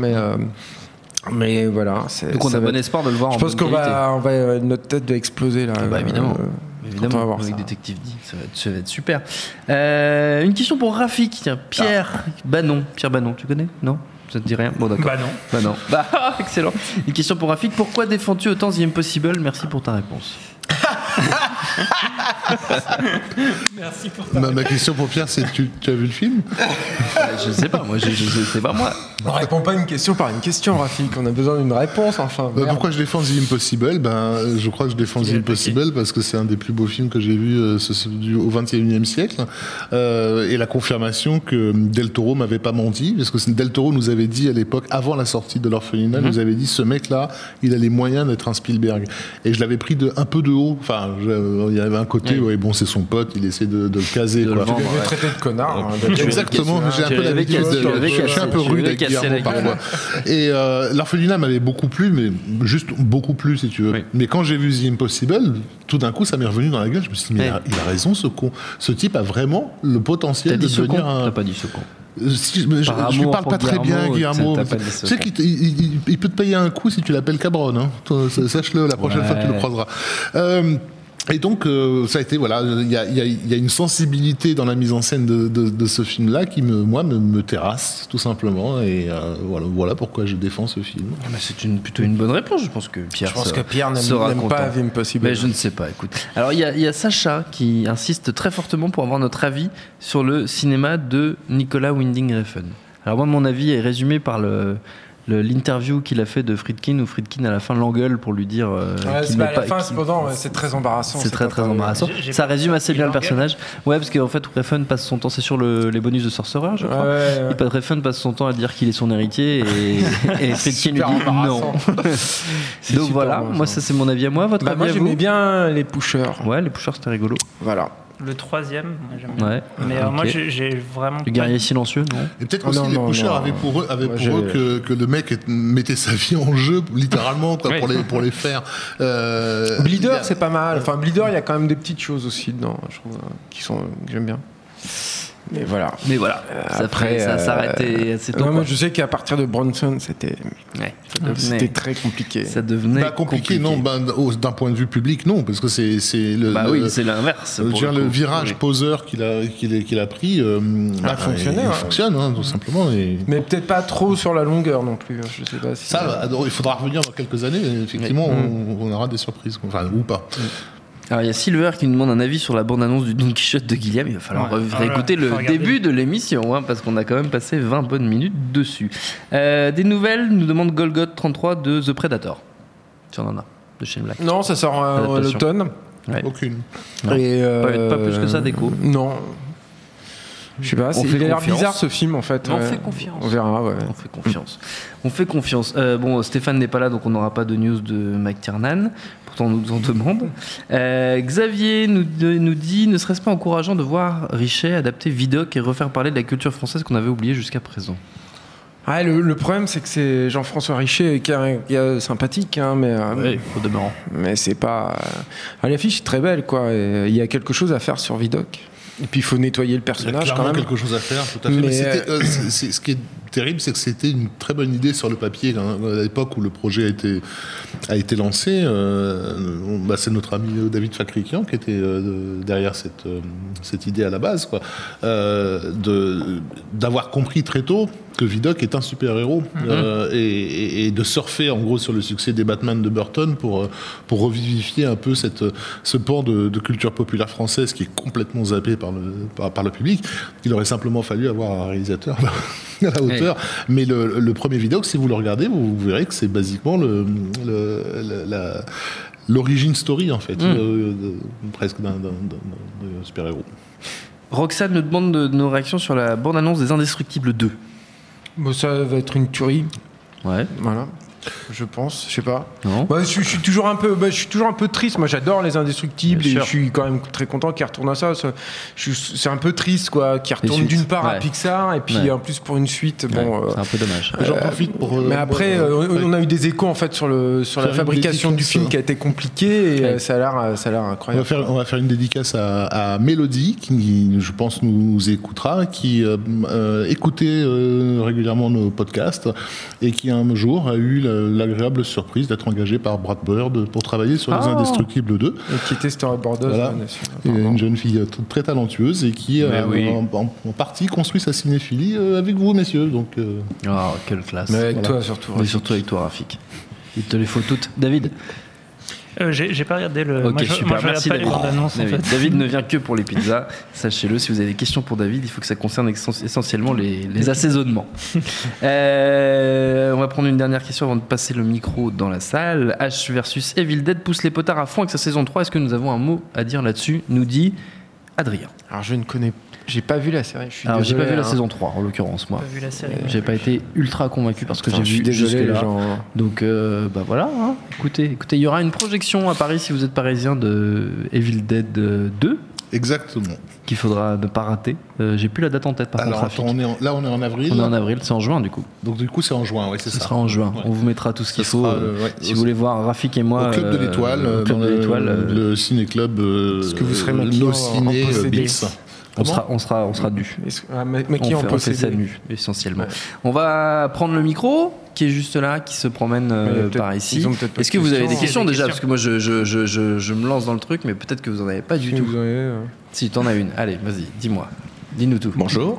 mais voilà. Donc on a bon espoir de le voir. Je pense qu'on va notre tête va exploser là. Évidemment. Évidemment, avec Détective D, ça va être super. Une question pour Rafik, tiens, Pierre Bannon, tu connais? Non? Ça te dit rien? Bon, d'accord. Bah non. Excellent. Une question pour Rafik, pourquoi défends-tu autant The Impossible? Merci pour ta réponse. Merci pour ta réponse. Ma question pour Pierre, c'est tu as vu le film? Je sais pas, moi, c'est pas moi. On répond pas une question par une question, Rafik. On a besoin d'une réponse, enfin. Pourquoi je défends The Impossible? Je crois que je défends The Impossible parce que c'est un des plus beaux films que j'ai vu au XXIe siècle. Et la confirmation que Del Toro m'avait pas menti, parce que Del Toro nous avait dit à l'époque, avant la sortie de l'Orphelinat, nous avait dit ce mec-là, il a les moyens d'être un Spielberg. Et je l'avais pris un peu de haut. Enfin, il y avait un côté, c'est son pote, il essaie de le caser. Tu l'avais traité de connard. Exactement, j'ai un peu l'habitude. Je suis un peu rude avec Guillermo parfois. Et l'Orphelinat m'avait beaucoup plu, mais juste beaucoup plu si tu veux. Oui. Mais quand j'ai vu The Impossible, tout d'un coup ça m'est revenu dans la gueule. Je me suis dit, mais il a raison ce con. Ce type a vraiment le potentiel de devenir un. T'as pas dit ce con. Je lui parle pas très bien, Guillermo. Tu sais qu'il peut te payer un coup si tu l'appelles Cabron. Hein. Sache-le la prochaine fois que tu le croiseras. Et donc, ça a été, il y a une sensibilité dans la mise en scène de ce film-là qui, me terrasse, tout simplement. Et voilà pourquoi je défends ce film. C'est plutôt une bonne réponse. Je pense que Pierre n'aime pas The Impossible. Mais je ne sais pas, écoute. Alors, il y a Sacha qui insiste très fortement pour avoir notre avis sur le cinéma de Nicolas Winding Refn. Alors, moi, mon avis est résumé par l'interview qu'il a fait de Friedkin, où Friedkin à la fin l'engueule pour lui dire qu'il n'est pas. C'est très embarrassant. C'est très embarrassant. Ça résume assez bien le personnage. Ouais, parce qu'en fait, Refn passe son temps, c'est sur les bonus de Sorcerer, je crois. Refn passe son temps à dire qu'il est son héritier et Friedkin lui dit non. Donc voilà, moi ça c'est mon avis à moi. Votre avis à vous? Moi j'aimais bien les Pushers. Ouais, les Pushers c'était rigolo. Voilà. Le troisième, j'aime bien. Ouais. Mais moi, j'ai vraiment. Le guerrier silencieux, non? Et peut-être aussi les Pushers avaient pour eux que le mec mettait sa vie en jeu, littéralement, pour les faire. Bleeder, c'est pas mal. Enfin, Bleeder, il y a quand même des petites choses aussi dedans, je trouve, que j'aime bien. Mais voilà. Après, ça s'arrêtait assez tôt. Moi, je sais qu'à partir de Bronson, c'était très compliqué. Ça devenait compliqué. Non, d'un point de vue public, non, parce que c'est c'est l'inverse. Le virage poseur qu'il a pris fonctionné. Il fonctionne, tout simplement. Mais peut-être pas trop sur la longueur non plus. Je sais pas si il faudra revenir dans quelques années. Effectivement, on aura des surprises, ou pas. Alors il y a Silver qui nous demande un avis sur la bande-annonce du Don Quichotte de Guillaume. Il va falloir réécouter le début de l'émission, parce qu'on a quand même passé 20 bonnes minutes dessus. Des nouvelles, nous demande Golgot33 de The Predator. Si on en a, de Shane Black. Non, ça sort à l'automne. Ouais. Aucune. Et pas plus que ça d'écho. Non. Je sais pas, il a l'air bizarre ce film en fait. On fait confiance. On verra, On fait confiance. Stéphane n'est pas là, donc on n'aura pas de news de McTiernan. Pourtant, on nous en demande. Xavier nous dit, ne serait-ce pas encourageant de voir Richet adapter Vidocq et refaire parler de la culture française qu'on avait oubliée jusqu'à présent? Le problème, c'est que c'est Jean-François Richet qui est sympathique, mais au demeurant. Mais c'est pas. L'affiche est très belle, quoi. Il y a quelque chose à faire sur Vidocq. Et puis il faut nettoyer le personnage. Il y a quand même. quelque chose à faire, tout à fait. Mais ce qui est terrible, c'est que c'était une très bonne idée sur le papier à l'époque où le projet a été lancé. C'est notre ami David Fakrikian qui était derrière cette idée à la base, quoi, d'avoir compris très tôt que Vidocq est un super-héros et de surfer en gros sur le succès des Batman de Burton pour revivifier un peu ce pan de culture populaire française qui est complètement zappé par le public. Il aurait simplement fallu avoir un réalisateur à la hauteur. Mais le premier Vidocq, si vous le regardez, vous verrez que c'est basiquement l'origine story en fait, presque d'un super-héros. Roxane nous demande nos réactions sur la bande-annonce des Indestructibles 2. Ça va être une tuerie. Ouais. Voilà. Je pense, je sais pas. Non. Je suis toujours un peu triste. Moi, j'adore les Indestructibles et je suis quand même très content qu'ils retournent à ça. C'est un peu triste, quoi, qu'ils retournent d'une part à Pixar et puis en plus pour une suite. C'est un peu dommage. J'en profite pour. Mais après, on a eu des échos en fait sur la fabrication du film qui a été compliquée et ça a l'air incroyable. On va faire une dédicace à Mélodie qui, je pense, nous écoutera, qui écoutait régulièrement nos podcasts et qui un jour a eu l'agréable surprise d'être engagé par Brad Bird pour travailler sur Les Indestructibles 2. Et qui était storyboardeuse. Voilà. Une jeune fille très talentueuse et qui en partie construit sa cinéphilie avec vous, messieurs. Donc, quelle classe. Mais avec toi surtout. Mais surtout avec toi, Rafik. Il te les faut toutes. David? J'ai pas regardé le. Ok, super. Merci David. En fait. David ne vient que pour les pizzas. Sachez-le, si vous avez des questions pour David, il faut que ça concerne essentiellement les assaisonnements. On va prendre une dernière question avant de passer le micro dans la salle. H versus Evil Dead pousse les potards à fond avec sa saison 3. Est-ce que nous avons un mot à dire là-dessus? Nous dit Adrien. Alors je ne connais pas. J'ai pas vu la série. J'ai pas vu la saison 3 en l'occurrence, moi. Pas vu la série. J'ai pas été ultra convaincu parce que j'ai vu jusque-là. Donc voilà. Hein. Écoutez, il y aura une projection à Paris si vous êtes parisien de Evil Dead 2. Exactement. Qu'il faudra ne pas rater. J'ai plus la date en tête par contre. Alors on est en avril. On est en avril, c'est en juin du coup. Donc du coup c'est en juin, oui c'est ça. Ce sera en juin. Ouais. On vous mettra tout ce qu'il faut. Si vous voulez voir Rafik et moi. Au Club de l'Étoile, le ciné-club. Est-ce que vous serez maquillés nos ciné Bix. On sera dû. On fait ça nu, essentiellement. Ouais. On va prendre le micro qui est juste là, qui se promène par ici. Est-ce que vous avez des questions déjà? Parce que moi, je me lance dans le truc, mais peut-être que vous n'en avez pas du tout. Si, tu en as une. Allez, vas-y, dis-moi. Dis-nous tout. Bonjour.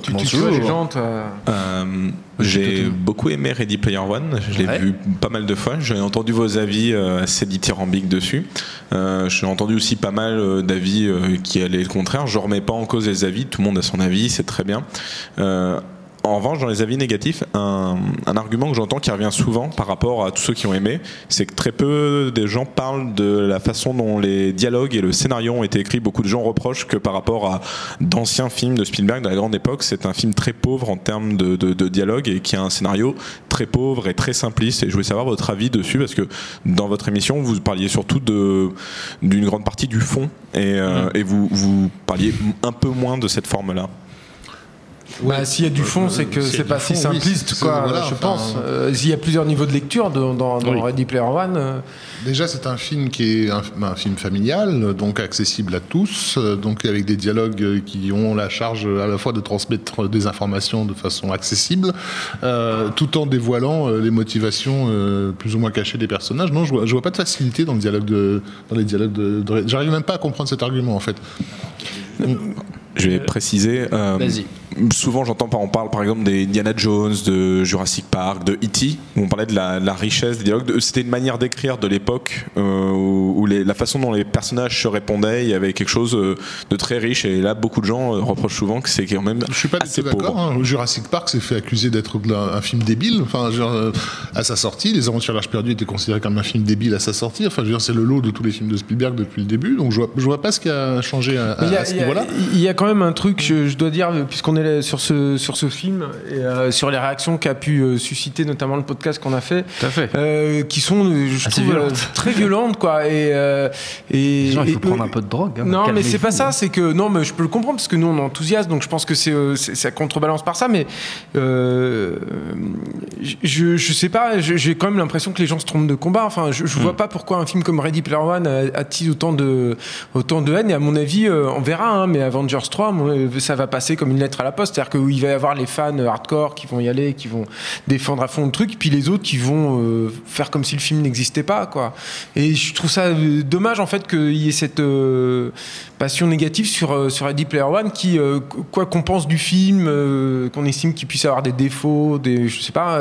J'ai beaucoup aimé Ready Player One. Je l'ai vu pas mal de fois. J'ai entendu vos avis assez dithyrambiques dessus. J'ai entendu aussi pas mal d'avis qui allaient le contraire. Je ne remets pas en cause les avis. Tout le monde a son avis, c'est très bien. En revanche, dans les avis négatifs, un argument que j'entends qui revient souvent par rapport à tous ceux qui ont aimé, c'est que très peu de gens parlent de la façon dont les dialogues et le scénario ont été écrits. Beaucoup de gens reprochent que par rapport à d'anciens films de Spielberg de la grande époque, c'est un film très pauvre en termes de dialogue et qui a un scénario très pauvre et très simpliste. Et je voulais savoir votre avis dessus parce que dans votre émission, vous parliez surtout d'une grande partie du fond et vous parliez un peu moins de cette forme-là. S'il y a du fond, c'est que c'est pas si simpliste, je pense. S'il y a plusieurs niveaux de lecture dans Ready Player One. Déjà, c'est un film qui est un film familial, donc accessible à tous, donc avec des dialogues qui ont la charge à la fois de transmettre des informations de façon accessible, tout en dévoilant les motivations plus ou moins cachées des personnages. Non, je vois pas de facilité dans les dialogues de j'arrive même pas à comprendre cet argument en fait. Je vais préciser. Vas-y. Souvent, on parle par exemple des Indiana Jones, de Jurassic Park, de E.T., où on parlait de la richesse des dialogues. C'était une manière d'écrire de l'époque où la façon dont les personnages se répondaient, il y avait quelque chose de très riche. Et là, beaucoup de gens reprochent souvent que c'est quand même assez pauvre. Je suis pas du tout d'accord. Jurassic Park s'est fait accuser d'être un film débile. Enfin, à sa sortie, Les Aventures de l'Arche perdue étaient considérés comme un film débile à sa sortie. Enfin, c'est le lot de tous les films de Spielberg depuis le début. Donc, je vois pas ce qui a changé à ce niveau-là. Il y a quand même un truc, je dois dire, puisqu'on est sur ce film et sur les réactions qu'a pu susciter notamment le podcast qu'on a fait, qui sont je trouve très violentes quoi il faut prendre un peu de drogue non mais c'est pas ça, c'est que non mais je peux le comprendre parce que nous on est enthousiastes, donc je pense que ça contrebalance par ça, mais je sais pas, j'ai quand même l'impression que les gens se trompent de combat. Enfin je vois pas pourquoi un film comme Ready Player One attise autant de haine, et à mon avis on verra mais Avengers 3 ça va passer comme une lettre à la poste, c'est-à-dire qu'il va y avoir les fans hardcore qui vont y aller, qui vont défendre à fond le truc, et puis les autres qui vont faire comme si le film n'existait pas quoi. Et je trouve ça dommage en fait qu'il y ait cette passion négative sur Ready Player One qui quoi qu'on pense du film, qu'on estime qu'il puisse avoir des défauts, je sais pas,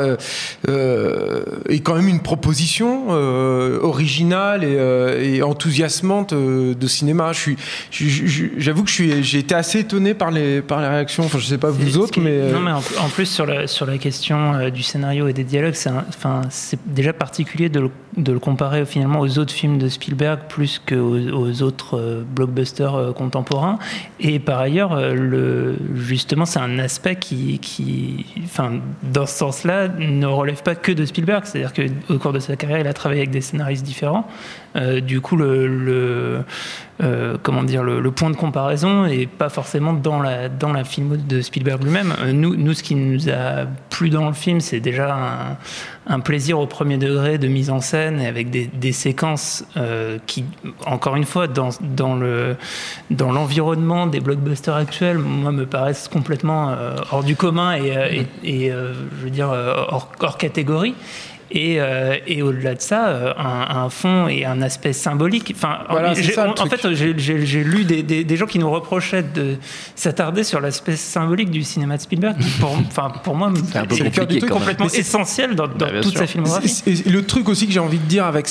est quand même une proposition originale et enthousiasmante de cinéma. J'avoue que j'ai été assez étonné par les réactions. Enfin, je sais pas vous autres, mais non, mais en plus sur la question du scénario et des dialogues, c'est déjà particulier de le comparer finalement aux autres films de Spielberg plus qu'aux autres blockbusters contemporains. Et par ailleurs, justement, c'est un aspect qui, dans ce sens-là, ne relève pas que de Spielberg. C'est-à-dire qu'au cours de sa carrière, il a travaillé avec des scénaristes différents. Du coup, le point de comparaison est pas forcément dans la film de Spielberg lui-même. Nous, ce qui nous a plu dans le film, c'est déjà un plaisir au premier degré de mise en scène, avec des séquences qui, encore une fois, dans l'environnement des blockbusters actuels, moi, me paraissent complètement hors du commun et je veux dire hors catégorie. Et au-delà de ça, un fond et un aspect symbolique. Enfin, voilà, en fait, j'ai lu des gens qui nous reprochaient de s'attarder sur l'aspect symbolique du cinéma de Spielberg, qui pour moi, c'est le cœur du truc complètement essentiel dans toute sa filmographie. Et le truc aussi que j'ai envie de dire avec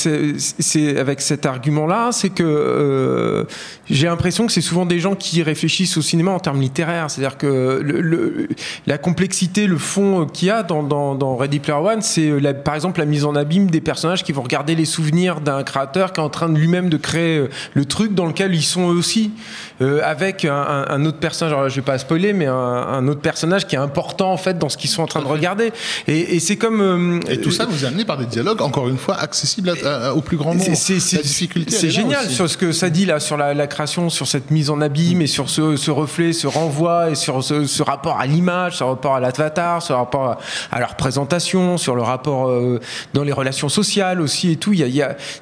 cet argument-là, c'est que j'ai l'impression que c'est souvent des gens qui réfléchissent au cinéma en termes littéraires. C'est-à-dire que la complexité, le fond qu'il y a dans Ready Player One, c'est par exemple la mise en abîme des personnages qui vont regarder les souvenirs d'un créateur qui est en train de lui-même de créer le truc dans lequel ils sont eux aussi, avec un autre personnage, alors je vais pas spoiler, mais un autre personnage qui est important en fait dans ce qu'ils sont en train de regarder, et c'est comme et tout ça nous est amené par des dialogues encore une fois accessibles au plus grand nombre. La difficulté, c'est génial sur ce que ça dit là, sur la création, sur cette mise en abîme et sur ce reflet, ce renvoi, et sur ce rapport à l'image, ce rapport à l'avatar, ce rapport à la représentation, sur le rapport dans les relations sociales aussi et tout. Je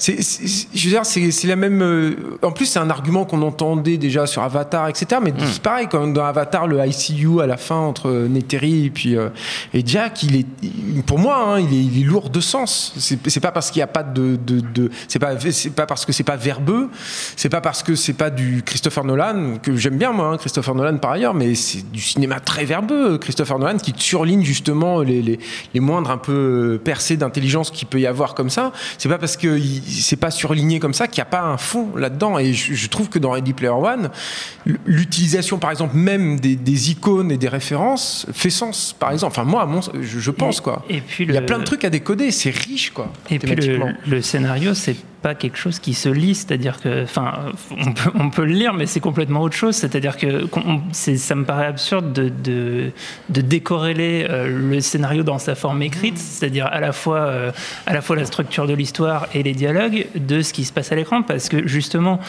veux dire, c'est la même. En plus, c'est un argument qu'on entendait déjà sur Avatar, etc. Mais c'est pareil, comme dans Avatar, le ICU à la fin entre Neytiri et Jack, pour moi, il est lourd de sens. C'est pas parce qu'il y a pas c'est pas parce que c'est pas verbeux, c'est pas parce que c'est pas du Christopher Nolan, que j'aime bien moi, Christopher Nolan par ailleurs, mais c'est du cinéma très verbeux, Christopher Nolan, qui surligne justement les moindres un peu percées d'intelligence qu'il peut y avoir comme ça. C'est pas parce que c'est pas surligné comme ça qu'il n'y a pas un fond là-dedans. Et je trouve que dans Ready Player One, l'utilisation par exemple même des icônes et des références fait sens, par exemple. Enfin moi, je pense quoi. Et puis il y a plein de trucs à décoder, c'est riche quoi. Et puis le scénario, c'est pas quelque chose qui se lit, c'est-à-dire que, enfin, on peut le lire, mais c'est complètement autre chose. C'est-à-dire que ça me paraît absurde de décorréler le scénario dans sa forme écrite, c'est-à-dire à la fois la structure de l'histoire et les dialogues de ce qui se passe à l'écran, parce que justement,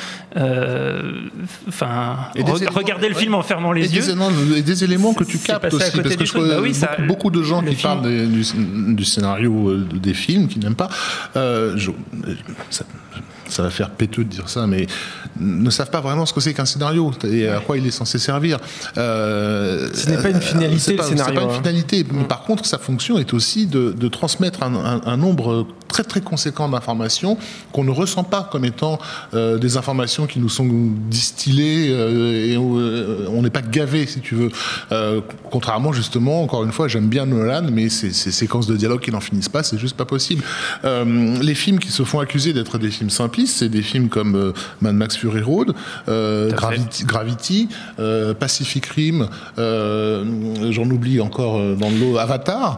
regardez le film en fermant les yeux. Et des éléments que tu captes aussi, parce que je vois beaucoup de gens qui parlent du scénario des films, qui n'aiment pas. Ça va faire péteux de dire ça, mais ne savent pas vraiment ce que c'est qu'un scénario et à quoi il est censé servir. Ce n'est pas une finalité, le scénario. C'est pas une finalité. Mais par contre, sa fonction est aussi de transmettre un nombre très très conséquent d'informations qu'on ne ressent pas comme étant des informations qui nous sont distillées et on n'est pas gavé, si tu veux. Contrairement, justement, encore une fois, j'aime bien Nolan, mais ces séquences de dialogue qui n'en finissent pas, c'est juste pas possible. Les films qui se font accuser d'être des films simplistes, c'est des films comme Mad Max Fury Road, Gravity, Pacific Rim, j'en oublie encore dans le lot, Avatar.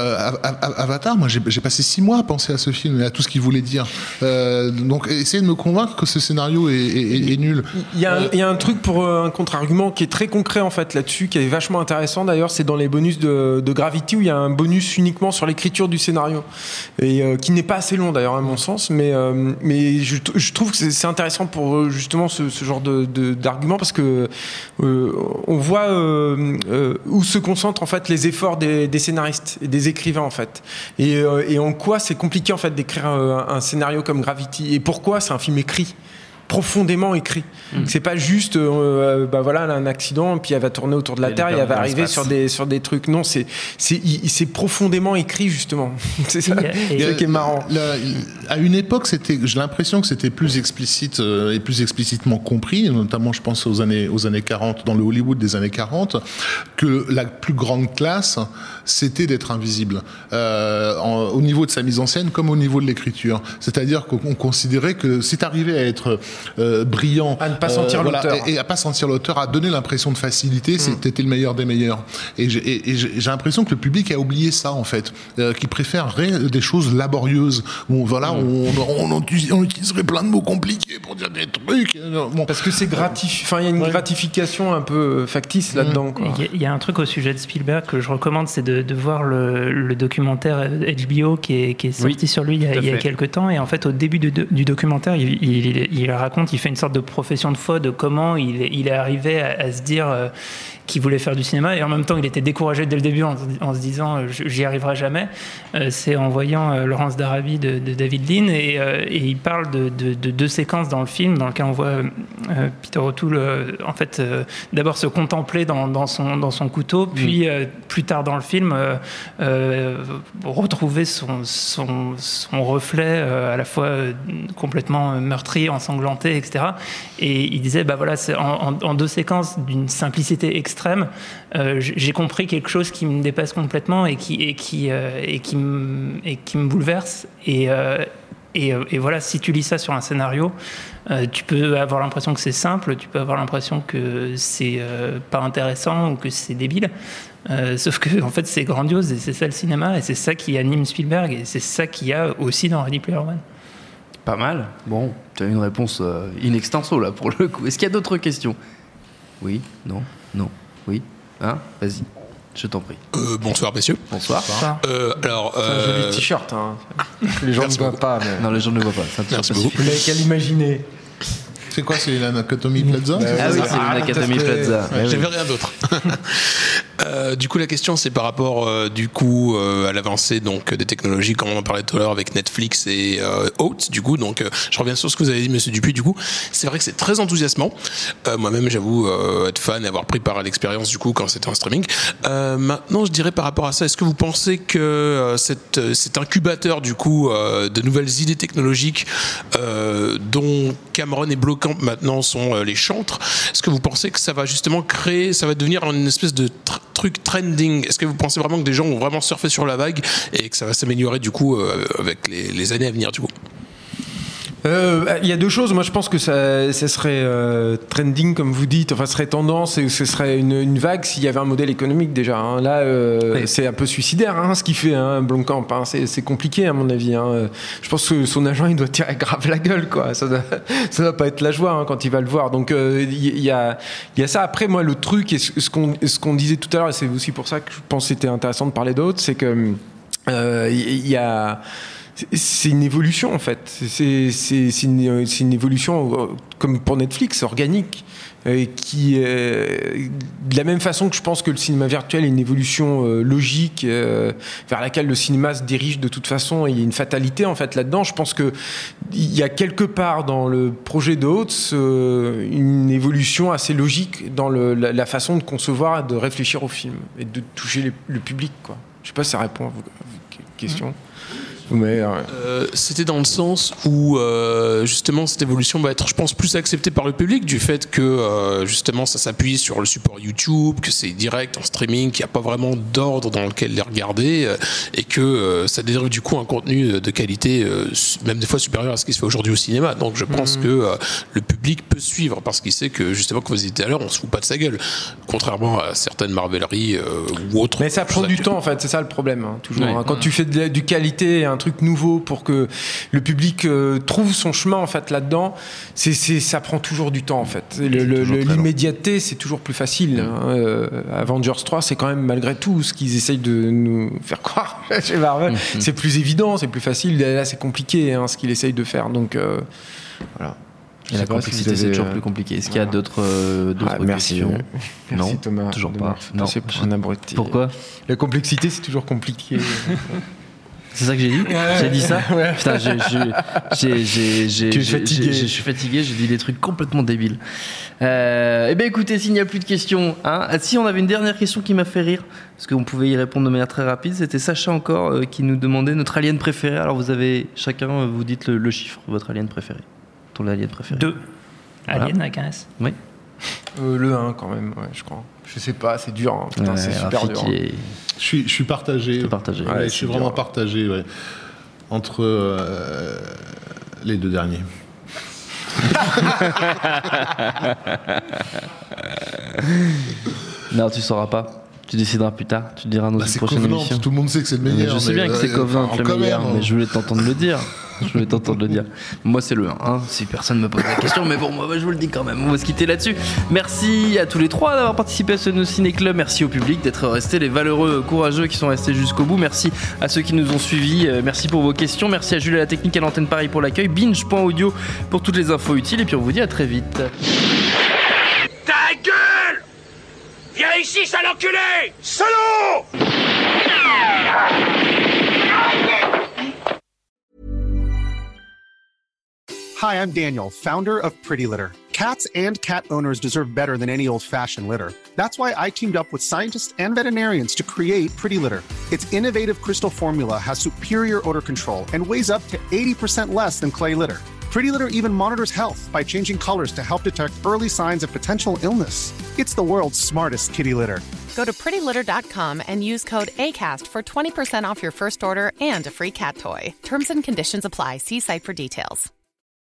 Avatar, moi j'ai passé 6 mois à penser à ce film et à tout ce qu'il voulait dire. Donc essayez de me convaincre que ce scénario est nul. Il y a un truc pour un contre-argument qui est très concret en fait là-dessus, qui est vachement intéressant d'ailleurs, c'est dans les bonus de Gravity où il y a un bonus uniquement sur l'écriture du scénario et qui n'est pas assez long d'ailleurs à mon sens, mais je trouve que c'est intéressant pour justement ce genre d'argument parce que on voit où se concentrent en fait les efforts des scénaristes et des écrivains en fait et en quoi c'est compliqué en fait d'écrire un scénario comme Gravity et pourquoi c'est un film écrit, profondément écrit. C'est pas juste voilà, elle a un accident puis elle va tourner autour de la Terre et elle va arriver sur des trucs. Non, c'est profondément écrit justement. C'est ça qui est marrant. À une époque, j'ai l'impression que c'était plus explicite et plus explicitement compris, notamment je pense aux années 40, dans le Hollywood des années 40, que la plus grande classe, c'était d'être invisible au niveau de sa mise en scène comme au niveau de l'écriture. C'est-à-dire qu'on considérait que si t'arrivais à être brillant, à ne pas sentir l'auteur, et à pas sentir l'auteur, à donner l'impression de facilité, c'était le meilleur des meilleurs. Et j'ai l'impression que le public a oublié ça en fait, qui préférerait des choses laborieuses où on utiliserait plein de mots compliqués pour dire des trucs. Bon. Parce que c'est il y a une gratification un peu factice là-dedans. Il y a un truc au sujet de Spielberg que je recommande, c'est de voir le documentaire HBO qui est sorti sur lui il y a quelques temps. Et en fait, au début du documentaire, il raconte, il fait une sorte de profession de foi de comment il est arrivé à se dire qu'il voulait faire du cinéma et en même temps il était découragé dès le début en se disant j'y arriverai jamais. C'est en voyant Laurence d'Arabie de David Lean et il parle de 2 séquences dans le film dans lesquelles on voit Peter O'Toole en fait d'abord se contempler dans son couteau, puis plus tard dans le film retrouver son reflet à la fois complètement meurtri, ensanglanté, etc. Et il disait voilà, c'est en 2 séquences d'une simplicité extrême, j'ai compris quelque chose qui me dépasse complètement et qui me bouleverse et voilà, si tu lis ça sur un scénario, tu peux avoir l'impression que c'est simple, tu peux avoir l'impression que c'est pas intéressant ou que c'est débile, sauf que en fait c'est grandiose et c'est ça le cinéma et c'est ça qui anime Spielberg et c'est ça qu'il y a aussi dans Ready Player One. Pas mal. Bon, tu as une réponse in extenso là pour le coup. Est-ce qu'il y a d'autres questions ? Oui, non, oui, hein ? Vas-y, je t'en prie. Bonsoir messieurs. Bonsoir. Alors, c'est un joli t-shirt. Hein. Les gens ne voient pas. Mais... Non, les gens ne voient pas. Merci beaucoup. Vous n'avez qu'à l'imaginer. C'est quoi, c'est l'Academy Plaza? Ah oui, c'est l'Academy Plaza. J'avais rien d'autre. Du coup, la question, c'est par rapport à l'avancée donc des technologies, comme on en parlait tout à l'heure avec Netflix et Oath. Du coup, donc je reviens sur ce que vous avez dit, Monsieur Dupuis. Du coup, c'est vrai que c'est très enthousiasmant. Moi-même, j'avoue être fan et avoir pris part à l'expérience du coup quand c'était en streaming. Maintenant, je dirais par rapport à ça, est-ce que vous pensez que cet incubateur du coup de nouvelles idées technologiques dont Cameron et Blomkamp maintenant sont les chantres, est-ce que vous pensez que ça va justement ça va devenir une espèce de truc trending? Est-ce que vous pensez vraiment que des gens vont vraiment surfer sur la vague et que ça va s'améliorer du coup avec les années à venir du coup? Il y a deux choses. Moi, je pense que ça serait trending, comme vous dites. Enfin, ce serait tendance et ce serait une vague s'il y avait un modèle économique déjà. Hein. Là, c'est un peu suicidaire ce qu'il fait, Blomkamp. C'est compliqué, à mon avis. Je pense que son agent, il doit tirer grave la gueule, quoi. Ça doit pas être la joie quand il va le voir. Donc, il y a ça. Après, moi, le truc, et ce qu'on disait tout à l'heure, et c'est aussi pour ça que je pense que c'était intéressant de parler d'autres, c'est que c'est une évolution en fait. C'est une évolution comme pour Netflix, organique, qui de la même façon que je pense que le cinéma virtuel est une évolution logique vers laquelle le cinéma se dirige de toute façon. Il y a une fatalité en fait là-dedans. Je pense que il y a quelque part dans le projet de Oates une évolution assez logique dans la façon de concevoir et de réfléchir au film et de toucher le public, quoi. Je sais pas si ça répond à vos questions. Mais, c'était dans le sens où justement cette évolution va être, je pense, plus acceptée par le public du fait que justement ça s'appuie sur le support YouTube, que c'est direct en streaming, qu'il n'y a pas vraiment d'ordre dans lequel les regarder et que ça dérive du coup un contenu de qualité même des fois supérieur à ce qui se fait aujourd'hui au cinéma. Donc je pense que le public peut suivre parce qu'il sait que justement, comme vous disiez tout à l'heure, on se fout pas de sa gueule, contrairement à certaines marveleries ou autres. Mais ça prend du temps en fait, c'est ça le problème, toujours. Oui. Quand tu fais du qualité, un truc nouveau pour que le public trouve son chemin en fait là-dedans, ça prend toujours du temps en fait. L'immédiateté, c'est toujours plus facile. Avengers 3, c'est quand même malgré tout ce qu'ils essayent de nous faire croire chez Marvel. C'est plus évident, c'est plus facile. Là, c'est compliqué ce qu'ils essayent de faire. Voilà. Et la complexité, c'est toujours plus compliqué. Est-ce qu'il y a d'autres questions ? Merci non, Thomas. Toujours pas. Non, c'est pour un abruti. Pourquoi ? La complexité, c'est toujours compliqué. C'est ça que j'ai dit ? J'ai dit ça ? Ouais. Putain, je suis fatigué, j'ai dit des trucs complètement débiles. Eh bien écoutez, s'il n'y a plus de questions, si on avait une dernière question qui m'a fait rire, parce qu'on pouvait y répondre de manière très rapide, c'était Sacha encore qui nous demandait notre alien préféré. Alors vous avez, chacun, vous dites le chiffre, votre alien préféré. Ton alien préféré. 2. Voilà. Alien avec un S. Oui. Le 1 quand même, je crois. Je sais pas, c'est dur. Putain, c'est super dur. Je suis partagé. Ouais, je suis vraiment partagé entre les deux derniers. Non, tu sauras pas. Tu décideras plus tard. Tu diras dans une prochaine émission. Tout le monde sait que c'est le meilleur. Je sais bien que c'est Covenant le meilleur, mais je voulais t'entendre le dire. Moi, c'est le 1, si personne ne me pose la question, mais bon, moi, je vous le dis quand même. On va se quitter là-dessus. Merci à tous les trois d'avoir participé à ce No Ciné Club. Merci au public d'être restés, les valeureux, courageux qui sont restés jusqu'au bout. Merci à ceux qui nous ont suivis. Merci pour vos questions. Merci à Jules à la technique, à l'antenne Paris pour l'accueil. Binge.audio pour toutes les infos utiles. Et puis, on vous dit à très vite. Ta gueule! Viens ici, sale enculé! Salaud! Hi, I'm Daniel, founder of Pretty Litter. Cats and cat owners deserve better than any old-fashioned litter. That's why I teamed up with scientists and veterinarians to create Pretty Litter. Its innovative crystal formula has superior odor control and weighs up to 80% less than clay litter. Pretty Litter even monitors health by changing colors to help detect early signs of potential illness. It's the world's smartest kitty litter. Go to prettylitter.com and use code ACAST for 20% off your first order and a free cat toy. Terms and conditions apply. See site for details.